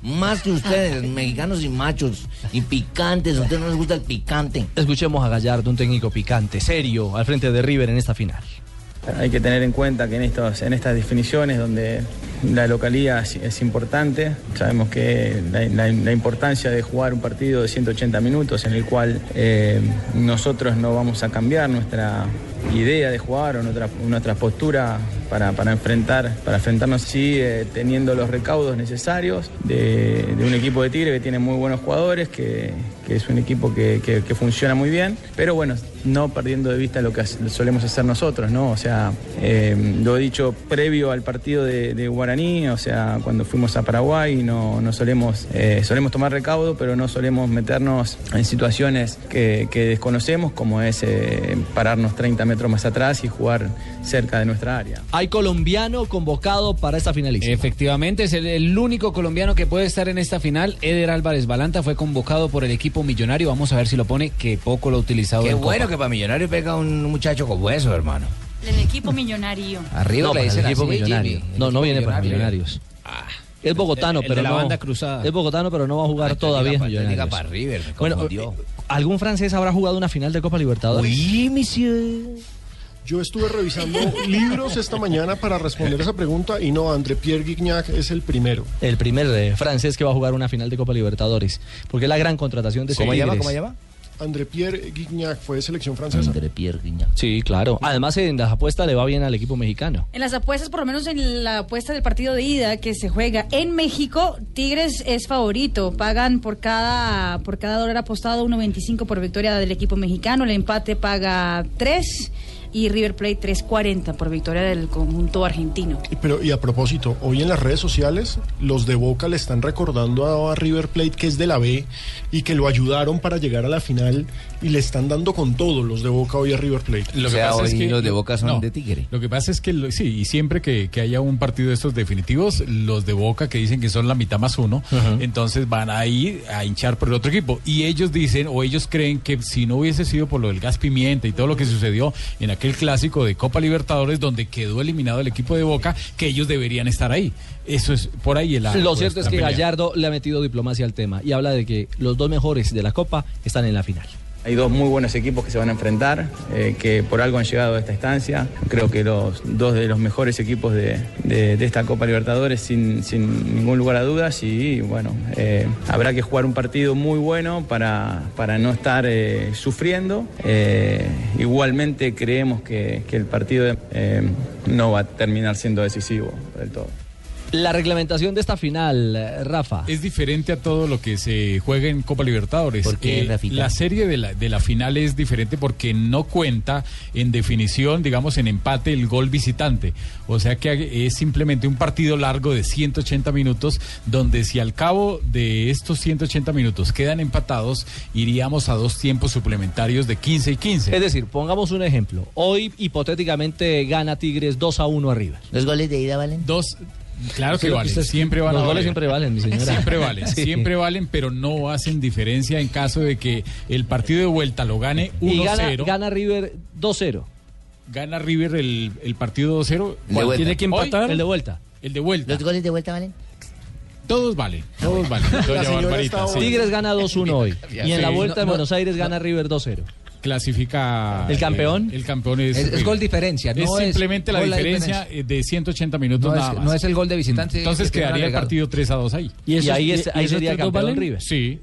S17: Más que ustedes, mexicanos y machos, y picantes. A ustedes no les gusta el picante.
S9: Escuchemos a Gallardo, un técnico picante, serio, al frente de River en esta final.
S5: Hay que tener en cuenta que en, estos, en estas definiciones donde la localía es, es importante, sabemos que la, la, la importancia de jugar un partido de ciento ochenta minutos en el cual eh, nosotros no vamos a cambiar nuestra idea de jugar o nuestra, nuestra postura para, para, enfrentar, para enfrentarnos sí, eh, teniendo los recaudos necesarios de, de un equipo de Tigre que tiene muy buenos jugadores, que, que es un equipo que, que, que funciona muy bien, pero bueno, no perdiendo de vista lo que solemos hacer nosotros, ¿no? O sea, eh, lo he dicho previo al partido de, de Guaraní, o sea, cuando fuimos a Paraguay no, no solemos, eh, solemos tomar recaudo, pero no solemos meternos en situaciones que, que desconocemos, como es eh, pararnos treinta metros más atrás y jugar cerca de nuestra área.
S9: Hay colombiano convocado para esta finalísima.
S2: Efectivamente, es el, el único colombiano que puede estar en esta final. Eder Álvarez Balanta fue convocado por el equipo millonario. Vamos a ver si lo pone, que poco lo ha utilizado.
S17: Qué
S2: en
S17: bueno
S2: Copa.
S17: Que para Millonario pega un muchacho como eso, hermano.
S6: El equipo millonario.
S17: Arriba
S9: no,
S17: le dicen
S9: el equipo
S17: así,
S9: millonario.
S17: Jimmy.
S9: No, no viene
S17: millonario.
S9: para Millonarios.
S17: Ah.
S9: Es bogotano,
S2: el, el
S9: pero
S2: de la
S9: no.
S2: banda cruzada.
S9: Es bogotano, pero no va a jugar
S17: Ay,
S9: todavía
S17: diga,
S9: Millonarios.
S17: diga para River, me
S9: bueno,
S17: confundió.
S9: eh, ¿algún francés habrá jugado una final de Copa Libertadores?
S17: Oui, monsieur.
S11: Yo estuve revisando libros esta mañana para responder esa pregunta y no, André Pierre Gignac es el primero.
S9: El primer eh, francés que va a jugar una final de Copa Libertadores. Porque es la gran contratación de
S17: ¿Cómo
S9: Tigres.
S17: llama? ¿Cómo llama?
S11: André Pierre Gignac fue de selección francesa.
S17: André Pierre Gignac.
S9: Sí, claro. Además, en las apuestas le va bien al equipo mexicano.
S6: En las apuestas, por lo menos en la apuesta del partido de ida que se juega en México, Tigres es favorito. Pagan por cada por cada dólar apostado uno veinticinco por victoria del equipo mexicano. El empate paga tres y River Plate tres cuarenta por victoria del conjunto argentino.
S11: Pero, y a propósito, hoy en las redes sociales, los de Boca le están recordando a, a River Plate que es de la B y que lo ayudaron para llegar a la final y le están dando con todo los de Boca hoy a River Plate.
S16: Lo que pasa es que
S17: los de Boca son
S16: no,
S17: de Tigre.
S16: Lo que pasa es que, lo, sí, y siempre que, que haya un partido de estos definitivos, los de Boca que dicen que son la mitad más uno, uh-huh. entonces van a ir a hinchar por el otro equipo. Y ellos dicen, o ellos creen que si no hubiese sido por lo del gas pimienta y todo lo que sucedió en aquel clásico de Copa Libertadores donde quedó eliminado el equipo de Boca, que ellos deberían estar ahí. Eso es por ahí el
S9: Lo cierto es que pelea. Gallardo le ha metido diplomacia al tema y habla de que los dos mejores de la Copa están en la final.
S5: Hay dos muy buenos equipos que se van a enfrentar, eh, que por algo han llegado a esta instancia. Creo que los dos de los mejores equipos de, de, de esta Copa Libertadores, sin, sin ningún lugar a dudas. Y bueno, eh, habrá que jugar un partido muy bueno para, para no estar eh, sufriendo. Eh, igualmente creemos que, que el partido eh, no va a terminar siendo decisivo del todo.
S9: La reglamentación de esta final, Rafa.
S16: Es diferente a todo lo que se juega en Copa Libertadores.
S17: ¿Por qué,
S16: eh, la serie de la, de la final es diferente porque no cuenta en definición, digamos, en empate el gol visitante. O sea que es simplemente un partido largo de ciento ochenta minutos, donde si al cabo de estos ciento ochenta minutos quedan empatados, iríamos a dos tiempos suplementarios de quince y quince.
S9: Es decir, pongamos un ejemplo. Hoy, hipotéticamente, gana Tigres dos a uno arriba.
S17: ¿Los goles de ida valen?
S16: Dos... Claro que valen, siempre van a
S9: Los
S16: valer.
S9: goles siempre valen, mi señora.
S16: Siempre valen,
S9: Sí.
S16: siempre valen, pero no hacen diferencia en caso de que el partido de vuelta lo gane uno cero.
S9: Y gana, gana River dos cero.
S16: Gana River el, el partido dos cero.
S9: ¿Tiene que empatar?
S16: Hoy,
S9: el de vuelta.
S16: El de vuelta.
S17: ¿Los goles de vuelta valen?
S16: Todos valen, todos valen. Doña Barbarita, sí.
S9: Tigres gana dos uno hoy. Y en la
S16: Sí.
S9: vuelta
S16: No,
S9: de
S16: no,
S9: Buenos Aires
S16: no.
S9: gana River dos cero.
S16: Clasifica
S9: ¿El campeón?
S16: El, el campeón es,
S18: Es- es gol diferencia,
S16: Es
S18: no es
S16: simplemente la
S18: gol la
S16: diferencia
S18: diferencia.
S16: de ciento ochenta minutos
S18: No es-
S16: nada más.
S18: no es el gol de visitante
S16: Entonces
S18: que tiene
S16: quedaría el
S18: agregado.
S16: partido tres a dos ahí.
S9: Y,
S12: esos-
S9: ahí, es-
S12: y-
S9: ahí
S12: y esos
S9: sería
S12: tres dos
S9: campeón
S12: valen?
S9: River.
S16: Sí.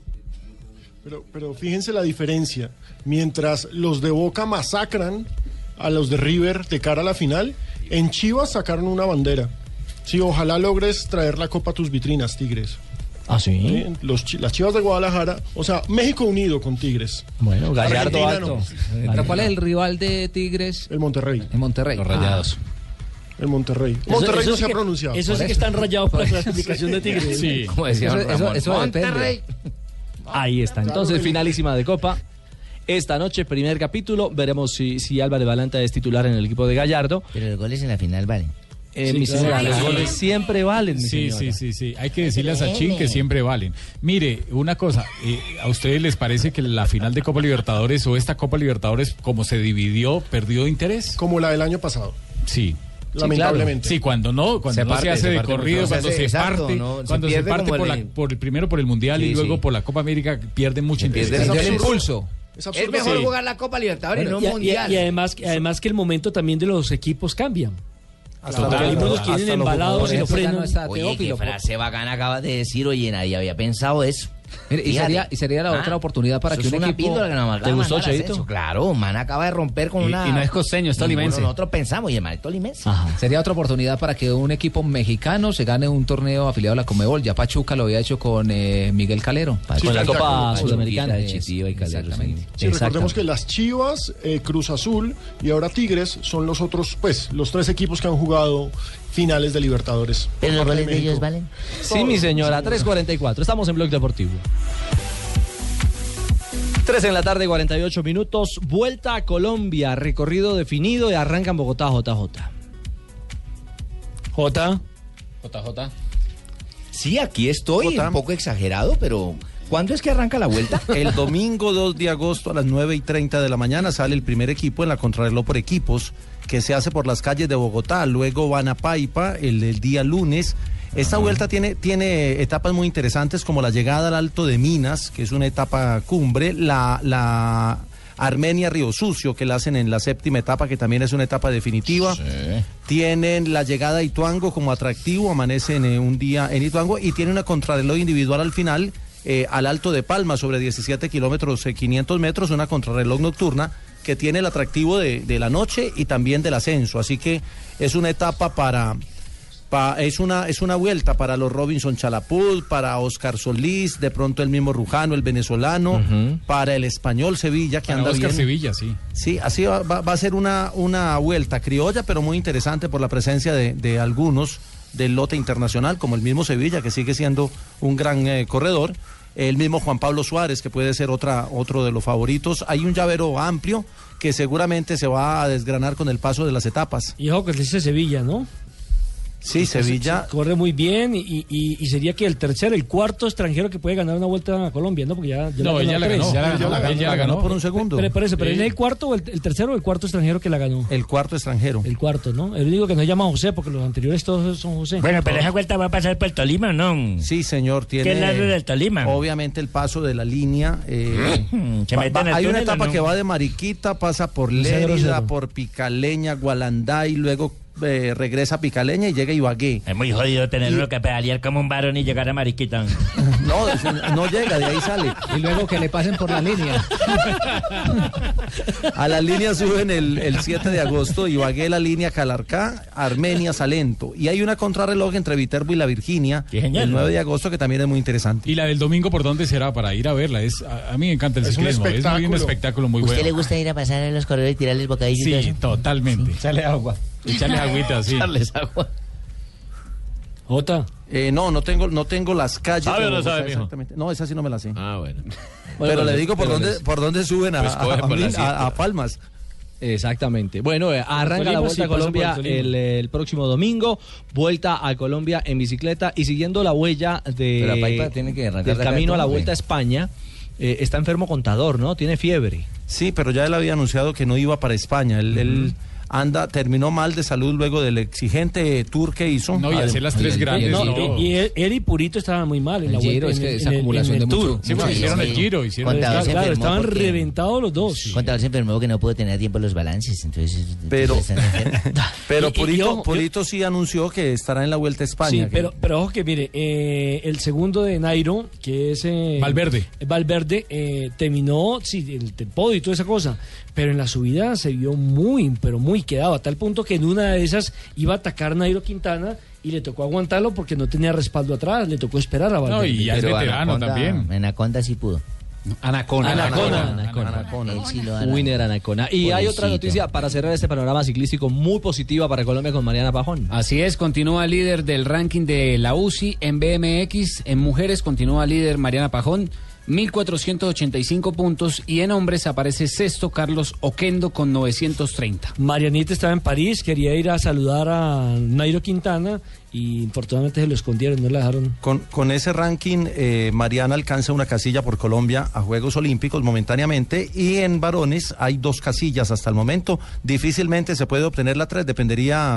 S11: Pero, pero fíjense la diferencia. Mientras los de Boca masacran a los de River de cara a la final, en Chivas sacaron una bandera. Sí, ojalá logres traer la copa a tus vitrinas, Tigres.
S9: ¿Ah, sí?
S11: ¿Sí? Los, chi- las Chivas de Guadalajara, o sea, México unido con Tigres.
S9: Bueno, Gallardo
S11: Argentina
S9: alto.
S11: no.
S18: ¿Pero cuál es el rival de Tigres?
S11: El Monterrey.
S18: En Monterrey.
S2: Los Rayados.
S11: El Monterrey.
S12: Eso-
S11: Monterrey
S12: eso
S11: no
S12: sí
S11: se ha
S12: que-
S11: pronunciado.
S12: Eso sí
S11: Por
S12: que están rayados por la clasificación de Tigres.
S16: Sí.
S17: Como decía
S18: Eso-
S17: Ramón.
S18: eso- eso depende.
S17: Monterrey.
S9: Ahí está. Entonces, finalísima de Copa. Esta noche, primer capítulo. Veremos si, si Álvarez Balanta es titular en el equipo de Gallardo.
S17: Pero los goles en la final valen.
S9: Eh,
S11: Sí,
S9: mi
S11: claro.
S9: señora, los
S16: Sí.
S9: goles siempre valen, mi
S16: Sí,
S9: señora.
S16: sí, sí, sí. Hay que decirle a Sachin que siempre valen. Mire, una cosa, eh, ¿a ustedes les parece que la final de Copa Libertadores o esta Copa Libertadores, como se dividió, perdió interés?
S11: Como la del año pasado.
S16: Sí.
S11: lamentablemente.
S15: Sí, cuando no, cuando
S16: se
S15: no
S16: parte,
S15: se hace
S16: se
S15: de
S16: parte
S15: corrido, cuando
S16: se,
S15: se
S16: exacto,
S15: parte,
S16: ¿no?
S15: cuando
S16: se,
S15: se parte por,
S16: el...
S15: la, por primero por el Mundial sí, y luego sí. por la Copa América, pierde mucho interés.
S18: Pierde el impulso.
S17: Es, es mejor sí. jugar la Copa Libertadores, bueno, no
S12: y,
S17: Mundial.
S12: Y, y además, además que el momento también de los equipos cambian.
S17: Hasta claro,
S12: algunos los tienen embalados y lo frenan.
S17: Oye, qué frase bacana acabas de decir, oye, nadie había pensado eso.
S18: Mire, y, sería, y sería la ah, otra oportunidad para que un equipo...
S17: Que nos ¿Te gustó, Cheito? Claro, man acaba de romper con
S2: y,
S17: una...
S2: Y no es costeño, es tolimense.
S17: Nosotros pensamos, y el man es tolimense.
S18: Ajá. Sería otra oportunidad para que un equipo mexicano se gane un torneo afiliado a la Conmebol. Ya Pachuca lo había hecho con eh, Miguel Calero.
S9: Sí, con la Copa Sudamericana.
S18: De Chitiva y Calero.
S11: Exactamente. Sí, recordemos que las Chivas, eh, Cruz Azul y ahora Tigres son los otros, pues, los tres equipos que han jugado finales de Libertadores.
S17: ¿Pero los goles de ellos valen?
S9: Sí, mi señora, tres cuarenta y cuatro. Estamos en Blog Deportivo. tres en la tarde, cuarenta y ocho minutos. Vuelta a Colombia, recorrido definido y arranca en Bogotá, J J.
S12: J.
S2: J J.
S17: Sí, aquí estoy, J. un poco exagerado, pero ¿cuándo es que arranca la vuelta?
S13: El domingo dos de agosto a las nueve y treinta de la mañana sale el primer equipo en la contrarreloj por equipos que se hace por las calles de Bogotá. Luego van a Paipa el, el día lunes. Esta uh-huh. vuelta tiene, tiene etapas muy interesantes como la llegada al Alto de Minas, que es una etapa cumbre, la, la Armenia Río Sucio, que la hacen en la séptima etapa, que también es una etapa definitiva. Sí. Tienen la llegada a Ituango como atractivo, amanecen eh, un día en Ituango, y tiene una contrarreloj individual al final, eh, al Alto de Palma, sobre diecisiete kilómetros, eh, quinientos metros, una contrarreloj nocturna, que tiene el atractivo de, de la noche y también del ascenso. Así que es una etapa para... Pa, es una es una vuelta para los Robinson Chalapud, para Oscar Solís, de pronto el mismo Rujano, el venezolano, uh-huh. para el español Sevilla, que
S15: para
S13: anda
S15: Oscar
S13: bien.
S15: Sevilla, sí.
S13: Sí, así va, va, va a ser una, una vuelta criolla, pero muy interesante por la presencia de, de algunos del lote internacional, como el mismo Sevilla, que sigue siendo un gran eh, corredor, el mismo Juan Pablo Suárez, que puede ser otra otro de los favoritos. Hay un llavero amplio que seguramente se va a desgranar con el paso de las etapas.
S12: Y ojo que dice Sevilla, ¿no?
S13: Sí, Sevilla.
S12: Corre muy bien y, y, y sería que el tercer, el cuarto extranjero que puede ganar una vuelta a Colombia, ¿no? Porque ya, ya
S15: no, ella la ganó, ya la ganó, ya la, ya la ganó
S13: por un segundo.
S12: Pero, pero, eso, pero sí. ¿Es el cuarto o el, el tercero o el cuarto extranjero que la ganó?
S13: El cuarto extranjero.
S12: El cuarto, ¿no? El único que no se llama José, porque los anteriores todos son José.
S17: Bueno, pero esa vuelta va a pasar por Tolima, ¿no?
S13: Sí, señor. Tiene,
S17: ¿qué es la del Tolima?
S13: Obviamente el paso de la línea. Eh,
S17: ¿Se va, va,
S13: hay una
S17: túnel,
S13: etapa
S17: no?
S13: que va de Mariquita, pasa por Lérida, por Picaleña, Gualanday, luego Eh, regresa a Picaleña y llega a Ibagué.
S17: Es muy jodido tenerlo y... que pedalear como un varón y llegar a Mariquita.
S13: No, no llega, de ahí sale.
S18: Y luego que le pasen por la línea.
S13: A la línea suben el, el siete de agosto, Ibagué, la línea Calarcá, Armenia, Salento. Y hay una contrarreloj entre Viterbo y la Virginia, genial, el nueve de agosto, que también es muy interesante.
S15: ¿Y la del domingo por dónde será? Para ir a verla. Es A, a mí me encanta el es ciclismo, un es muy un espectáculo muy
S17: bueno.
S15: ¿Usted
S17: le gusta ir a pasar en los corredores y tirarles bocadillos?
S15: Sí, y totalmente.
S12: Echarle agua.
S15: Echarle agüita, sí.
S17: Echarles agua.
S12: Jota.
S13: Eh, no, no tengo, no tengo las calles.
S15: ¿Sabe o no sabe, mijo?
S13: Exactamente. No, esa sí no me la sé.
S4: Ah, bueno.
S13: Pero
S4: bueno,
S13: le digo por
S4: pero
S13: dónde,
S4: les...
S13: por dónde suben a,
S4: pues
S13: a, a, a, a Palmas.
S9: Exactamente. Bueno, eh, arranca Tolima, la Vuelta sí, a Colombia el, el próximo domingo. Vuelta a Colombia en bicicleta y siguiendo la huella de,
S17: Paipa tiene que
S9: del de camino a la Vuelta a España. Eh, está enfermo Contador, ¿no? Tiene fiebre.
S13: Sí, pero ya él había anunciado que no iba para España. Él... Uh-huh. él anda, terminó mal de salud luego del exigente tour que hizo.
S15: No, y hacer las tres grandes.
S12: No, no. Y, y él, él y Purito estaban muy mal en
S18: el
S12: la
S18: Giro,
S12: vuelta.
S18: Es que
S12: en,
S18: esa
S12: en,
S18: acumulación
S12: en el
S18: de
S12: tour.
S15: Sí, bueno, hicieron sí. el Giro. Hicieron el
S12: Claro, claro estaban reventados los dos. Sí.
S17: Contador se enfermó que no pudo tener tiempo los balances. Entonces,
S13: pero pero
S12: y,
S13: Purito,
S12: y, y, ojo,
S13: Purito sí anunció que estará en la Vuelta a España.
S12: Sí,
S13: que...
S12: pero, pero ojo que mire, eh, el segundo de Nairo, que es... Eh,
S15: Valverde.
S12: Valverde, eh, terminó, sí, el, el podio y toda esa cosa, pero en la subida se vio muy, pero muy quedado, a tal punto que en una de esas iba a atacar Nairo Quintana y le tocó aguantarlo porque no tenía respaldo atrás, le tocó esperar a Valverde.
S15: No, y ya es veterano
S17: Anaconda,
S15: también.
S17: Anaconda sí pudo.
S2: Anacona.
S12: Anacona.
S9: Anacona.
S17: Anacona. Él sí lo
S9: Winner Anacona. Y
S17: Pobrecito.
S9: hay otra noticia para cerrar este panorama ciclístico muy positiva para Colombia con Mariana Pajón.
S2: Así es, continúa líder del ranking de la U C I en B M X. En mujeres continúa líder Mariana Pajón, mil cuatrocientos ochenta y cinco puntos, y en hombres aparece sexto Carlos Oquendo con novecientos treinta.
S12: Marianita estaba en París, quería ir a saludar a Nairo Quintana y infortunadamente se lo escondieron, no la dejaron.
S13: Con, con ese ranking, eh, Mariana alcanza una casilla por Colombia a Juegos Olímpicos momentáneamente, y en varones hay dos casillas hasta el momento. Difícilmente se puede obtener la tres, dependería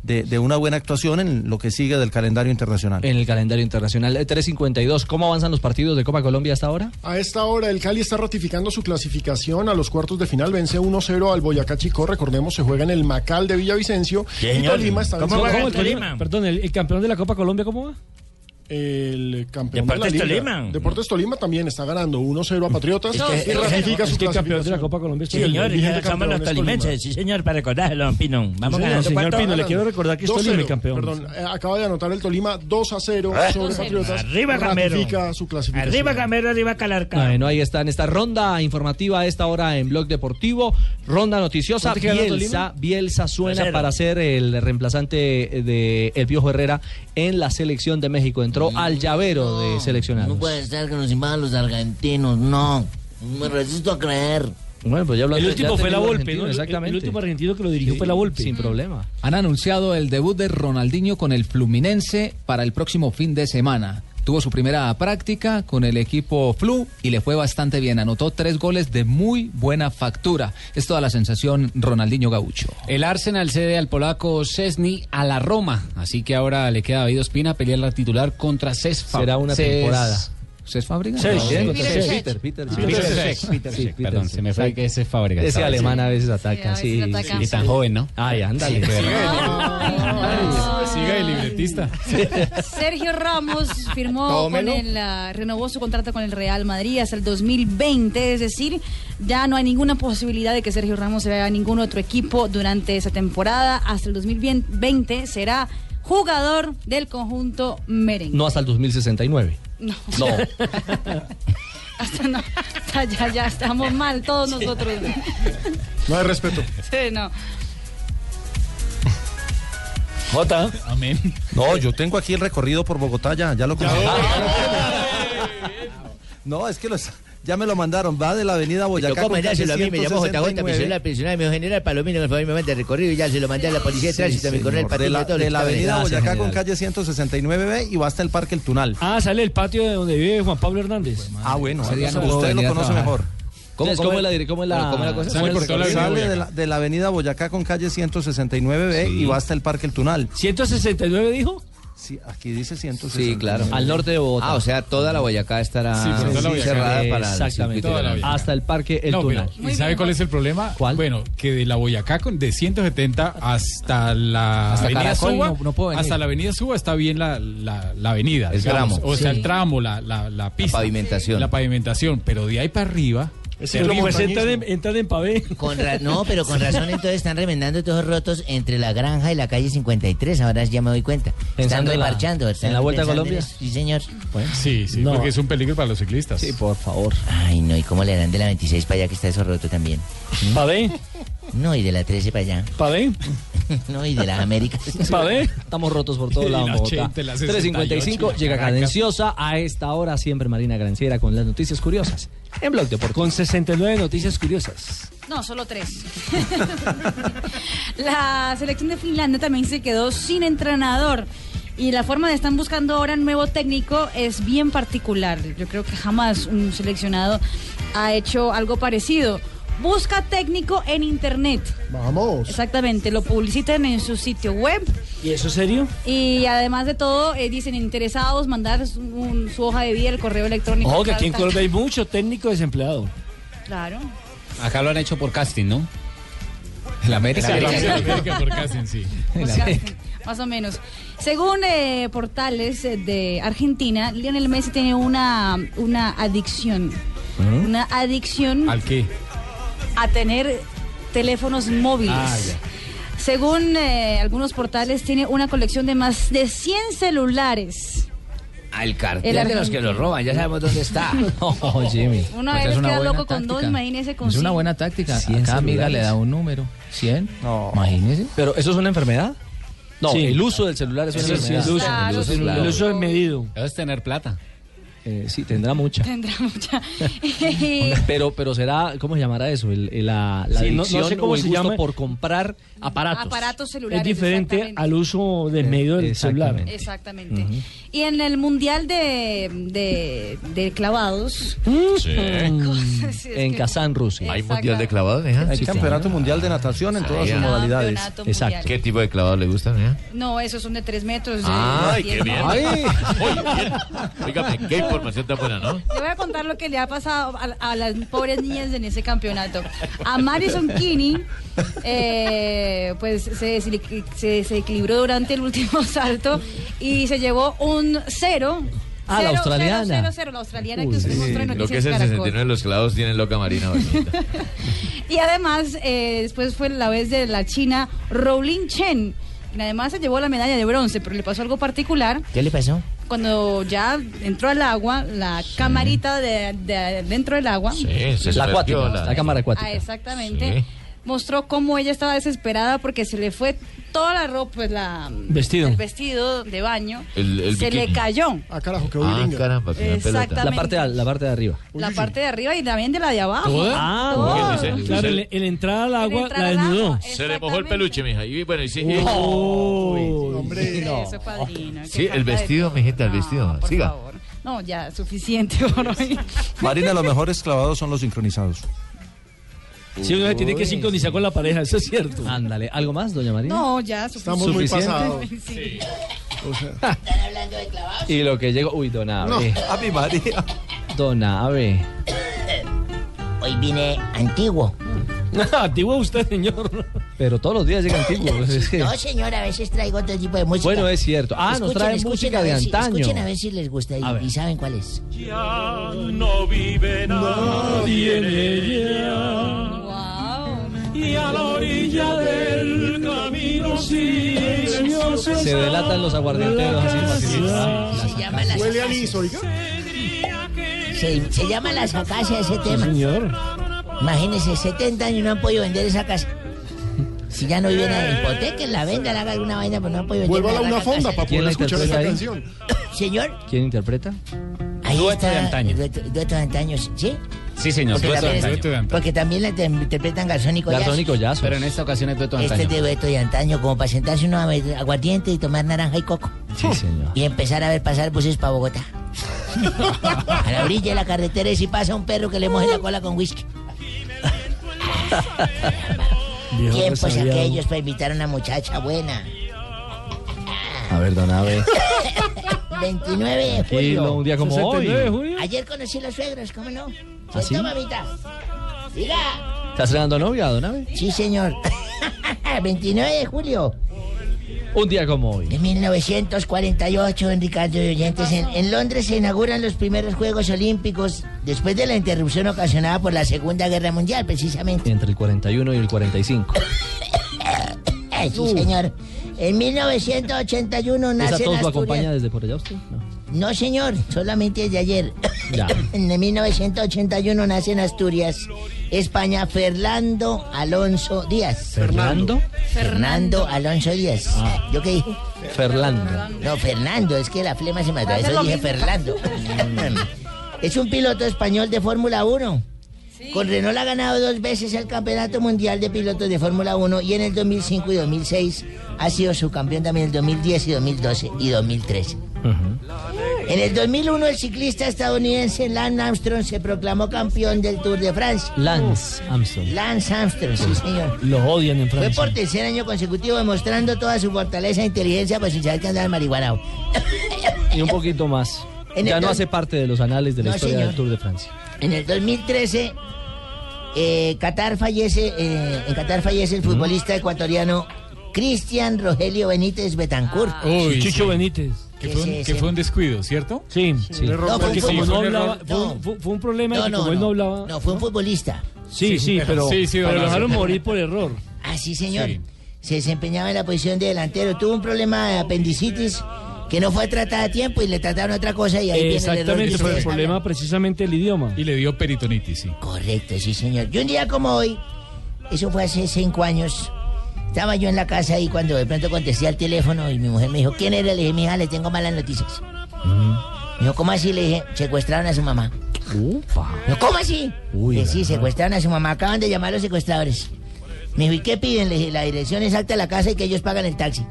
S13: de, de una buena actuación en lo que sigue del calendario internacional.
S9: En el calendario internacional. Eh, tres cincuenta y dos. ¿Cómo avanzan los partidos de Copa Colombia hasta ahora?
S11: A esta hora el Cali está ratificando su clasificación a los cuartos de final. Vence uno cero al Boyacá Chicó. Recordemos, se juega en el Macal de Villavicencio. Y Tolima está
S12: ¿Cómo va el Tolima? Perdón, el, el campeón de la Copa Colombia, ¿cómo va?
S11: El campeón
S12: Deportes
S11: de la Liga.
S12: Tolima.
S11: Deportes Tolima también está ganando uno cero a Patriotas.
S12: Es que,
S11: y ratifica su
S12: es que el campeón de la
S11: clasificación.
S12: Copa Colombia es
S7: Sí, señor,
S12: el vigente
S7: ya somos
S12: campeón
S7: los
S12: es
S7: tolimenses,
S12: Tolima.
S7: sí señor, para recordarlo, don Pino. Vamos
S12: Sí, señor,
S7: ganando.
S12: señor
S7: ¿cuánto?
S12: Pino, le quiero recordar que es
S11: dos
S12: Tolima
S11: cero,
S12: el campeón.
S11: Perdón, eh, acaba de anotar el Tolima dos a cero
S7: ¿Eh?
S11: sobre Patriotas.
S7: Arriba, Gamero.
S11: Ratifica su clasificación.
S7: Arriba Gamero, arriba Calarca.
S9: Bueno, ahí está en esta ronda informativa a esta hora en Blog Deportivo. Ronda noticiosa.
S12: ¿Cuánto queda
S9: Bielsa,
S12: Tolima?
S9: Bielsa suena
S7: Cero.
S9: para ser el reemplazante de El Piojo Herrera en la selección de México. Entró al llavero de seleccionados.
S17: No puede ser que nos invadan los argentinos, no. Me resisto a creer.
S9: Bueno, pues ya hablando,
S12: El último
S9: ya
S12: fue la
S9: tenemos
S12: Volpe,
S9: argentino,
S12: ¿no? El-
S9: Exactamente.
S12: El último argentino que lo dirigió
S9: Sí,
S12: fue la Volpe.
S9: sin problema.
S18: Han anunciado el debut de Ronaldinho con el Fluminense para el próximo fin de semana. Tuvo su primera práctica con el equipo Flu y le fue bastante bien. Anotó tres goles de muy buena factura. Es toda la sensación Ronaldinho Gaucho.
S2: El Arsenal cede al polaco Szczesny a la Roma, así que ahora le queda a David Ospina pelear la titular contra Cesc Fab-
S9: Será una
S2: Cesc-
S9: temporada.
S2: ¿Cesc Fábrica?
S9: Cesc,
S2: No,
S9: Cesc,
S2: Peter
S9: Cesc,
S2: Cesc.
S9: Peter, Peter,
S2: Ah,
S9: Peter
S2: Peter
S9: Cesc.
S2: Cesc, Peter
S9: Sí,
S2: Cesc,
S9: Peter
S2: perdón,
S9: Cesc.
S2: se me fue que ese Fábrica.
S9: Ese
S2: estaba
S9: alemán
S2: diciendo.
S9: a veces ataca,
S6: Sí,
S9: sí.
S6: a veces ataca.
S2: Y tan joven, ¿no?
S9: Ay, ándale.
S15: Siga el libretista.
S6: Sergio Ramos firmó
S15: Tómelo.
S6: con el, ah, renovó su contrato con el Real Madrid hasta el dos mil veinte, es decir, ya no hay ninguna posibilidad de que Sergio Ramos se vaya a ningún otro equipo durante esa temporada. Hasta el dos mil veinte será jugador del conjunto merengue.
S9: No hasta el dos mil sesenta y nueve.
S6: No.
S9: No.
S6: Hasta no. Hasta ya, ya estamos mal todos nosotros.
S11: No hay respeto.
S6: Sí, no.
S13: Jota.
S15: Amén.
S13: No, yo tengo aquí el recorrido por Bogotá, ya, ya lo conozco. No, es que los, ya me lo mandaron, va de la avenida Boyacá.
S17: Tocó
S13: con
S17: mandárselo a mí, me llamó J J,
S13: ciento sesenta y nueve.
S17: pensional, pensional, me dijo, general Palomino, por favor, me manda el recorrido y ya se lo mandé a la policía de
S13: Sí,
S17: tránsito, a mi
S13: señor.
S17: coronel
S13: de
S17: Patiño,
S13: la,
S17: a todos los
S13: de
S17: que
S13: la
S17: estaban en
S13: avenida
S17: el-
S13: Boyacá con
S9: general.
S13: calle ciento sesenta y nueve B y va hasta el Parque El Tunal.
S12: Ah, sale el patio de donde vive Juan Pablo Hernández.
S13: Ah, bueno,
S18: Ese día no
S13: usted
S18: puedo
S13: lo
S18: venir a
S13: conoce
S18: trabajar.
S13: mejor.
S9: ¿Cómo,
S18: Entonces,
S9: cómo
S18: ¿cómo-
S9: es la dire- cómo es la,
S18: ¿cómo es la cosa?
S15: Sale por toda la avenida
S13: Sale de
S15: Boyacá.
S13: la, de la avenida Boyacá con calle ciento sesenta y nueve B y va hasta el Parque El Tunal.
S12: ¿ciento sesenta y nueve dijo?
S13: Sí, aquí dice ciento sesenta y nueve.
S17: Sí, claro.
S9: al norte de Bogotá?
S17: Ah, o sea, toda la Boyacá estará
S15: Sí, por toda la Boyacá.
S17: cerrada para el
S9: Exactamente.
S17: circuito de
S15: Toda la
S17: la-
S15: Boyacá.
S9: Hasta el Parque El
S15: No,
S9: Tunal.
S15: pero, ¿y sabe cuál es el problema?
S9: ¿Cuál?
S15: Bueno, que de la Boyacá con de ciento setenta hasta la
S18: Hasta
S15: avenida
S18: Caracol
S15: Suba,
S18: no- no puedo venir.
S15: hasta la avenida Suba está bien la, la, la avenida,
S17: El
S15: digamos,
S17: tramo.
S15: o sea,
S6: Sí.
S15: el tramo, la, la, la pista,
S17: pavimentación.
S15: la pavimentación, pero de ahí para arriba,
S11: Es
S12: Como
S11: el
S12: que se entran
S11: montañismo.
S12: en, entran en pavé.
S17: Con ra- no, pero con razón entonces están remendando todos rotos entre la granja y la calle cincuenta y tres, ahora ya me doy cuenta. Están
S9: Pensando en la-
S17: reparchando. están
S9: en la Vuelta a
S17: pensando
S9: Colombia.
S17: en eso. Sí, señor.
S15: sí, sí,
S12: No.
S15: porque es un peligro para los ciclistas.
S9: Sí, por favor.
S17: Ay, no, ¿y cómo le harán de la veintiséis para allá que está eso roto también?
S12: ¿Pavé?
S17: No, y de la trece para allá.
S12: ¿Pavé?
S17: No, y de las Américas.
S12: ¿Pavé?
S9: Estamos rotos por todos
S15: Y
S9: lados en
S15: la
S9: Bogotá.
S15: ochenta, la sesenta y
S9: tres cincuenta y cinco,
S15: ocho, la
S9: llega
S15: Caracas.
S9: Cadenciosa. A esta hora siempre Marina Granciera con las noticias curiosas. En Blog Deportivo.
S12: Con sesenta y nueve noticias curiosas.
S6: No, solo tres. La selección de Finlandia también se quedó sin entrenador. Y la forma de están buscando ahora un nuevo técnico es bien particular. Yo creo que jamás un seleccionado ha hecho algo parecido. Busca técnico en internet.
S11: Vamos.
S6: Exactamente, lo publicitan en su sitio web.
S12: ¿Y eso es serio?
S6: Y además de todo, eh, dicen interesados, mandar su, un- su hoja de vida, el correo electrónico.
S12: Ojo, que aquí en
S6: carta.
S12: Colombia hay mucho técnico desempleado.
S6: Claro.
S2: Acá lo han hecho por casting, ¿no? El América.
S15: Sí, la América por casting, sí.
S6: Por casting, más o menos. Según eh, portales eh, de Argentina, Lionel Messi tiene una, una adicción. Una adicción
S15: ¿Al qué?
S6: a tener teléfonos móviles.
S15: Ah, ya.
S6: Según eh, algunos portales, tiene una colección de más de cien celulares.
S17: Al cartel
S6: El
S17: de los que
S6: argentino.
S17: los roban, ya sabemos dónde está.
S9: Oh, Jimmy.
S6: Una
S18: Pues
S6: vez
S18: es una
S6: queda
S18: buena
S6: loco con
S18: táctica.
S6: dos, imagínese con
S18: Es una
S6: cinco.
S18: buena táctica.
S9: cien
S18: Cada amiga
S9: celulares.
S18: le da un número. ¿cien?
S13: No.
S18: Imagínese.
S9: ¿Pero eso es una enfermedad? No,
S12: Sí.
S9: el uso del celular es una
S12: Sí, sí,
S9: enfermedad.
S12: el uso,
S6: Claro,
S12: el uso,
S6: sí, claro.
S12: el uso es medido.
S2: Debes tener plata.
S9: Eh, sí, tendrá mucha.
S6: Tendrá mucha.
S9: pero, pero será, ¿cómo se llamará eso? El, el- la la
S12: Sí, no- no
S9: adicción
S12: sé cómo
S9: o el
S12: se
S9: gusto
S12: llama.
S9: por comprar aparatos.
S6: Aparatos celulares.
S12: Es diferente
S6: exactamente.
S12: al uso del medio del celular.
S6: Exactamente. Y en el mundial de, de, de clavados.
S9: Sí.
S6: Cosas, es
S9: En
S6: que-
S9: Kazán, Rusia.
S4: ¿Hay mundial de clavados, mija?
S13: Hay campeonato mundial de natación en todas sus modalidades.
S6: Campeonato mundial.
S4: ¿Qué tipo de clavados le gustan, mija?
S6: No, esos son de tres metros. de-
S4: Ay,
S6: de
S4: qué
S6: diez
S4: bien.
S6: metros.
S4: Ay. Oye, bien. Óigame, qué información tan buena, ¿no?
S6: Le voy a contar lo que le ha pasado a, a las pobres niñas en ese campeonato. A Madison Kinney, eh, pues se, desli- se desequilibró durante el último salto y se llevó un cero.
S9: Ah, la
S6: Cero,
S9: australiana.
S6: Cero, cero, cero, la australiana
S4: Uy,
S6: que usted
S4: sí.
S6: mostró en
S4: Lo que
S6: Noticias
S4: es el
S6: Caracol.
S4: sesenta y nueve de los clavados tienen loca Marina. bonita.
S6: Y además, eh, después fue la vez de la china Rowling Chen. Y además se llevó la medalla de bronce, pero le pasó algo particular.
S17: ¿Qué le pasó?
S6: Cuando ya entró al agua, la camarita de, de dentro del agua.
S4: se
S9: La acuática,
S4: perdió la-
S9: la cámara acuática.
S6: Ah, exactamente.
S4: Sí.
S6: Mostró cómo ella estaba desesperada porque se le fue toda la ropa, pues la
S9: Vestido.
S6: el vestido de baño,
S4: El- el
S6: se
S4: bikini.
S6: le cayó.
S11: Ah, carajo, qué
S4: Ah, caramba, que una pelota.
S6: Exactamente.
S9: La parte, de- la parte de arriba.
S6: La parte de arriba y también de la de abajo.
S9: ¿Toda?
S6: Ah,
S9: Ah,
S6: todo.
S9: bueno.
S12: Claro, en, en entrada al agua
S6: entrada
S12: la
S6: al agua,
S12: desnudó.
S4: Se le mojó el peluche, mija. Y bueno, y sí.
S12: Uy,
S11: hombre.
S6: Eso, padrino. qué
S4: Sí,
S6: falta
S4: el
S6: de
S4: vestido,
S6: todo.
S4: mijita, el vestido.
S6: Por
S4: Siga.
S6: favor. No, ya, suficiente por hoy.
S13: Marina, los mejores clavados son los sincronizados.
S12: Sí, uno se tiene que sincronizar con la pareja, eso es cierto.
S9: Ándale, ¿algo más, doña Marina?
S6: No, ya, suficiente.
S11: Estamos muy
S9: ¿Suficiente?
S11: pasados.
S6: Sí.
S11: O sea,
S17: ¿Están hablando de clavados?
S9: Y lo que llegó, uy, don Ave.
S13: No, a mi María.
S9: Don Ave.
S17: Hoy vine antiguo.
S12: Antiguo usted, señor.
S9: Pero todos los días llega antiguo. pues, es que-
S17: No, señor, a veces traigo otro tipo de música.
S9: Bueno, es cierto. Ah, nos
S17: Escuchen,
S9: trae
S17: escuchen
S9: música
S17: a
S9: de
S17: ver si-
S9: antaño.
S17: Escuchen a ver si les gusta y,
S9: A ver.
S17: y saben cuál es.
S8: Ya no vive nadie en ella. Y a la orilla del camino silencioso
S9: Se delatan los aguardienteros así facilito.
S17: Se llama la
S11: huele a anís, oiga.
S17: Se, se llama la sacacia ese tema.
S12: Señor.
S17: Imagínense, setenta años no han podido vender esa casa. Si ya no viven en hipoteca, la venda, le haga alguna vaina, pero no han podido vender.
S11: Vuélvala a
S17: la
S11: una
S17: casa.
S11: fonda para
S9: ¿Quién
S11: poder
S9: la
S11: escuchar esa
S9: interpreta ahí?
S11: canción.
S17: Señor,
S9: ¿Quién interpreta?
S17: ahí
S2: Dueto
S17: está.
S2: de antaño.
S17: Dueto, dueto de antaño, ¿sí?
S2: Sí, señor.
S17: Porque
S2: Dueto de
S17: también,
S2: antaño.
S17: porque también la te- interpretan Garzón y Collazo.
S9: Garzón y Collazo.
S2: Pero en esta ocasión es dueto de
S17: Este es
S2: antaño.
S17: de dueto de antaño, como para sentarse uno a ver aguardiente y tomar naranja y coco.
S9: Sí, señor.
S17: Y empezar a ver pasar buses para Bogotá. A la orilla de la carretera y si pasa un perro que le moje la cola con whisky.
S12: Viejo
S17: Tiempos
S12: resabiado.
S17: aquellos para invitar a una muchacha buena.
S9: A ver, don Ave.
S17: veintinueve de
S9: Tranquilo,
S17: julio.
S9: un día como
S12: sesenta y nueve de
S9: hoy.
S12: julio.
S17: Ayer conocí a los suegros, ¿cómo no?
S9: ¿Ah, sí?
S17: ¿Cierto, mamita? Diga.
S9: ¿Estás estrenando novia, don Ave?
S17: Sí, señor. veintinueve de julio
S9: Un día como hoy.
S17: de mil novecientos cuarenta y ocho, en Ricardo de Oyentes, en, en Londres se inauguran los primeros Juegos Olímpicos después de la interrupción ocasionada por la Segunda Guerra Mundial, precisamente.
S9: Entre el cuarenta y uno y el cuarenta y cinco.
S17: Ay, sí, señor. En mil novecientos ochenta y uno
S9: ¿Esa
S17: nace en
S9: tos lo
S17: Asturias.
S9: acompaña desde por allá usted? No.
S17: No, señor, solamente desde ayer.
S9: Ya.
S17: En mil novecientos ochenta y uno nace en Asturias, España, Fernando Alonso Díaz.
S9: ¿Fernando?
S17: Fernando Alonso Díaz.
S9: Ah.
S17: ¿Yo qué dije?
S9: Fernando.
S17: No, Fernando, es que la flema se me
S6: Va a ser
S17: atravesó,
S6: lo
S17: dije
S6: mismo.
S17: Fernando. Es un piloto español de Fórmula uno. Con Renault ha ganado dos veces el Campeonato Mundial de Pilotos de Fórmula uno y en el dos mil cinco y dos mil seis ha sido subcampeón también en el dos mil diez y dos mil doce y dos mil trece. En el dos mil uno el ciclista estadounidense Lance Armstrong se proclamó campeón del Tour de Francia.
S9: Lance Armstrong.
S17: Lance Armstrong, sí señor.
S12: Lo odian en
S17: Fue
S12: Francia.
S17: por tercer año consecutivo demostrando toda su fortaleza e inteligencia pues sin saber que andaba marihuanao.
S9: Y un poquito más.
S17: En
S9: Ya
S17: el
S9: no
S17: dos-
S9: hace parte de los anales de la
S17: No,
S9: historia
S17: señor.
S9: del Tour de Francia.
S17: En el dos mil trece, eh, Qatar fallece, eh, en Qatar fallece el futbolista ecuatoriano Cristian Rogelio Benítez Betancourt.
S15: Uy,
S12: Chicho
S15: sí.
S12: Benítez.
S15: Que fue, un,
S17: Sí,
S15: que
S17: sí.
S15: fue un descuido, ¿cierto?
S12: Sí,
S9: Sí.
S17: No, fue
S12: porque
S17: un
S12: como no
S17: futbolista.
S12: hablaba, fue,
S17: No.
S12: un- fue- fue un problema de
S17: No,
S12: que
S17: no,
S12: como él no
S17: no.
S12: hablaba.
S17: No, fue un futbolista.
S12: Sí, sí, pero,
S15: Sí, sí,
S12: pero
S15: don
S12: lo dejaron
S15: Ave.
S12: morir por error.
S17: Ah, sí, señor.
S15: Sí.
S17: Se desempeñaba en la posición de delantero. Tuvo un problema de apendicitis que no fue tratada a tiempo y le trataron otra cosa y ahí viene el error que
S12: Exactamente, fue el
S17: ustedes
S12: problema
S17: hablan.
S12: precisamente el idioma.
S15: Y le dio peritonitis, sí.
S17: Correcto, sí, señor. Y un día como hoy, eso fue hace cinco años, estaba yo en la casa y cuando de pronto contesté al teléfono y mi mujer me dijo, ¿quién era? Le dije, mija, le tengo malas noticias. No, ¿cómo así? Le dije, secuestraron a su mamá.
S9: Upa.
S17: No, ¿cómo así?
S9: Uy,
S17: Le sí,
S9: ajá.
S17: secuestraron a su mamá, acaban de llamar a los secuestradores. Me dijo, ¿y qué piden? Le dije, la dirección exacta de la casa y que ellos pagan el taxi.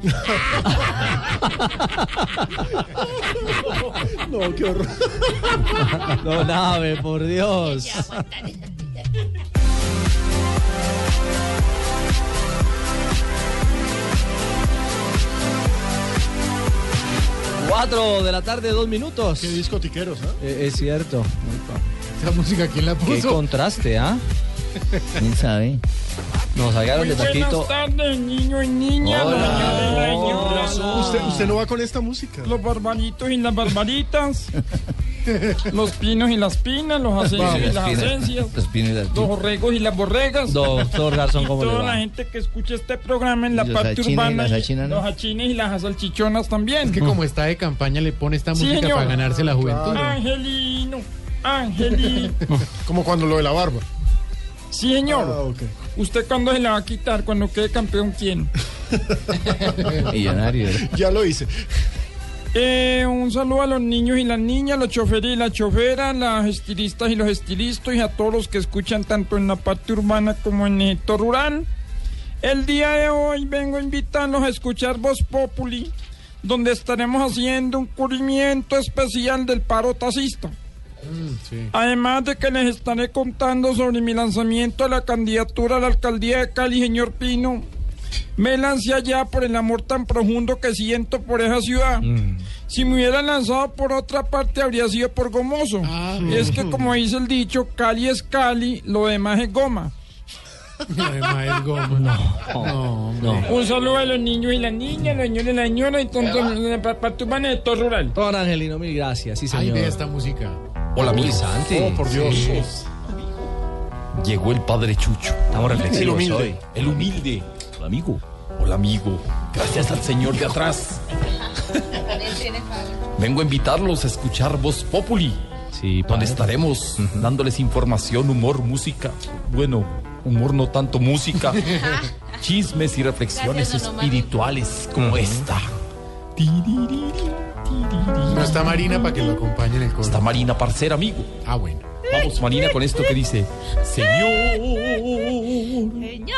S11: No, qué horror.
S9: No, nave, por Dios. Cuatro de la tarde, dos minutos.
S11: Qué discotiqueros, ¿ah?
S9: Eh, es cierto.
S15: Esa música, ¿quién la
S9: Qué
S15: puso?
S9: contraste, ¿ah?
S10: ¿Quién sabe?
S9: Nos sacaron de taquito.
S8: Buenas tardes, niños y niñas.
S9: Hola.
S8: Doña Negra y
S9: Hola.
S8: Ñora.
S11: Usted, usted no va con esta música.
S8: Los barbaritos y las barbaritas. Los pinos y las pinas. Los asencios y las asencias.
S10: Los pinos y las
S8: Los borregos y las borregas.
S9: Doctor Garzón, ¿cómo
S8: y
S9: le
S8: toda
S9: va?
S8: la gente que escucha este programa en la
S10: Y los
S8: parte
S10: achines y
S8: urbana.
S10: las achinas, ¿no?
S8: Los achines y las salchichonas también.
S15: Es que como está de campaña le pone esta
S8: Sí,
S15: música
S8: señor.
S15: para ganarse la juventud.
S8: Angelino, Angelino.
S11: Como cuando lo de la barba.
S8: Sí, señor.
S11: Ah, ok.
S8: ¿Usted cuándo se la va a quitar? Cuando quede campeón, ¿quién?
S10: Millonario.
S11: Ya lo hice.
S8: Eh, un saludo a los niños y las niñas, los choferes y las choferas, las estilistas y los estilistas y a todos los que escuchan tanto en la parte urbana como en el sector rural. El día de hoy vengo a invitarlos a escuchar Voz Populi, donde estaremos haciendo un cubrimiento especial del paro taxista.
S15: Mm, sí.
S8: Además de que les estaré contando sobre mi lanzamiento a la candidatura a la alcaldía de Cali, señor Pino. Me lancé allá por el amor tan profundo que siento por esa ciudad.
S15: Mm.
S8: Si me hubieran lanzado por otra parte habría sido por gomoso.
S15: Ah.
S8: Es que como dice el dicho, Cali es Cali, lo demás es goma.
S15: Además es goma. No, no.
S8: Un saludo a los niños y las niñas, los niños y las señoras y todos en la parte urbana del sector rural.
S9: Don Angelino, mil gracias, sí
S15: Ay,
S9: señor.
S15: ve esta música.
S9: Hola, mi Santi.
S11: Oh, por Dios.
S15: Sí.
S14: Llegó el padre Chucho.
S9: Estamos reflexivos
S11: El humilde.
S9: hoy.
S14: El humilde. Hola, amigo. Hola, amigo. Gracias al señor de atrás. Vengo a invitarlos a escuchar Voz Populi.
S9: Sí,
S14: donde estaremos dándoles información, humor, música. Bueno, humor no tanto música. Chismes y reflexiones
S6: Gracias, don Omar.
S14: espirituales como esta.
S15: No está Marina para que lo acompañe en el coro.
S14: Está Marina, parcera, amigo.
S15: Ah, bueno.
S14: Vamos, Marina, con esto que dice: Señor,
S6: Señor.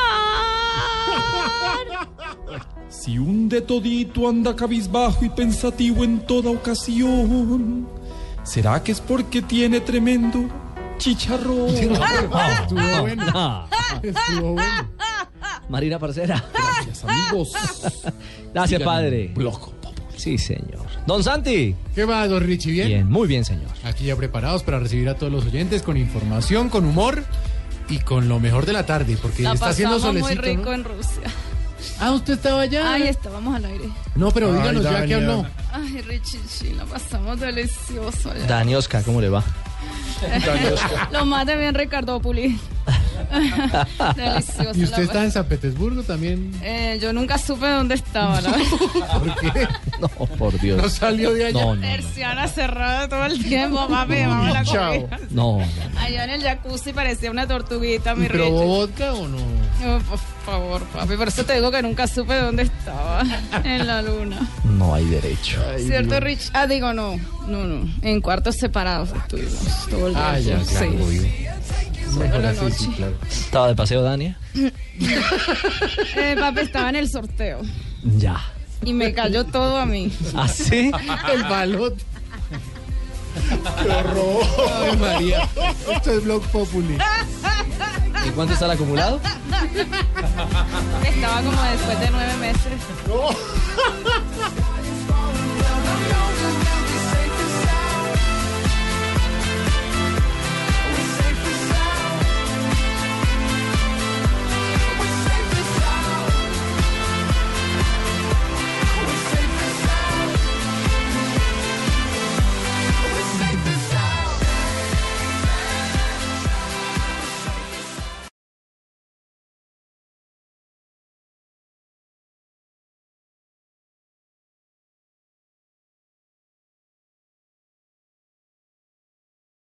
S14: si un de todito anda cabizbajo y pensativo en toda ocasión, ¿será que es porque tiene tremendo chicharrón?
S15: Estuvo bueno.
S9: Ah,
S15: Estuvo bueno.
S9: Marina Parcera.
S14: Gracias, amigos.
S9: Gracias,
S14: Síganme
S9: padre.
S14: en Blog.
S9: Sí, señor. Don Santi.
S15: ¿Qué va, don Richie? ¿Bien?
S9: Bien, muy bien, señor.
S15: Aquí ya preparados para recibir a todos los oyentes con información, con humor y con lo mejor de la tarde, porque
S6: La
S15: está haciendo
S6: pasamos muy
S15: solecito,
S6: rico
S15: ¿no?
S6: en Rusia.
S15: Ah, ¿usted estaba allá?
S6: Ahí estábamos al aire.
S15: No, pero
S11: Ay,
S15: díganos ya que
S11: Dania.
S15: habló.
S6: Ay, Richie, sí, la pasamos delicioso allá.
S9: Dani Oscar, ¿cómo le va?
S6: Lo más de bien Ricardo Puli. Delicioso.
S15: ¿Y usted
S6: la
S15: está en San Petersburgo también?
S6: Eh, yo nunca supe dónde estaba, la verdad.
S15: ¿Por qué?
S9: No, por Dios.
S15: ¿No salió de allá?
S9: No, no,
S6: Persiana cerrada todo el tiempo, papi, vamos a la
S11: Chao.
S6: comida.
S9: no.
S6: Allá en el jacuzzi parecía una tortuguita, mi
S15: ¿Y probó
S6: Richie.
S15: vodka o no?
S6: Oh, por favor, papi, por eso te digo que nunca supe dónde estaba. En la luna.
S9: No hay derecho.
S6: ¿Cierto, Rich? Ah, digo, no, no, no. En cuartos separados estuvimos todo el
S15: Ah, ya,
S6: tiempo.
S15: claro,
S6: Sí.
S15: obvio.
S6: Solo
S15: Mejor
S6: la
S15: así, sí,
S6: noche.
S15: claro.
S9: ¿Estaba de paseo, Dania?
S6: Eh, papi, estaba en el sorteo.
S9: Ya.
S6: Y me cayó todo a mí.
S9: ¿Ah, sí?
S15: El balote.
S11: ¡Qué horror!
S15: Ay, María. Esto es Blog Populi.
S9: ¿Y cuánto está el acumulado?
S6: Estaba como después de nueve meses.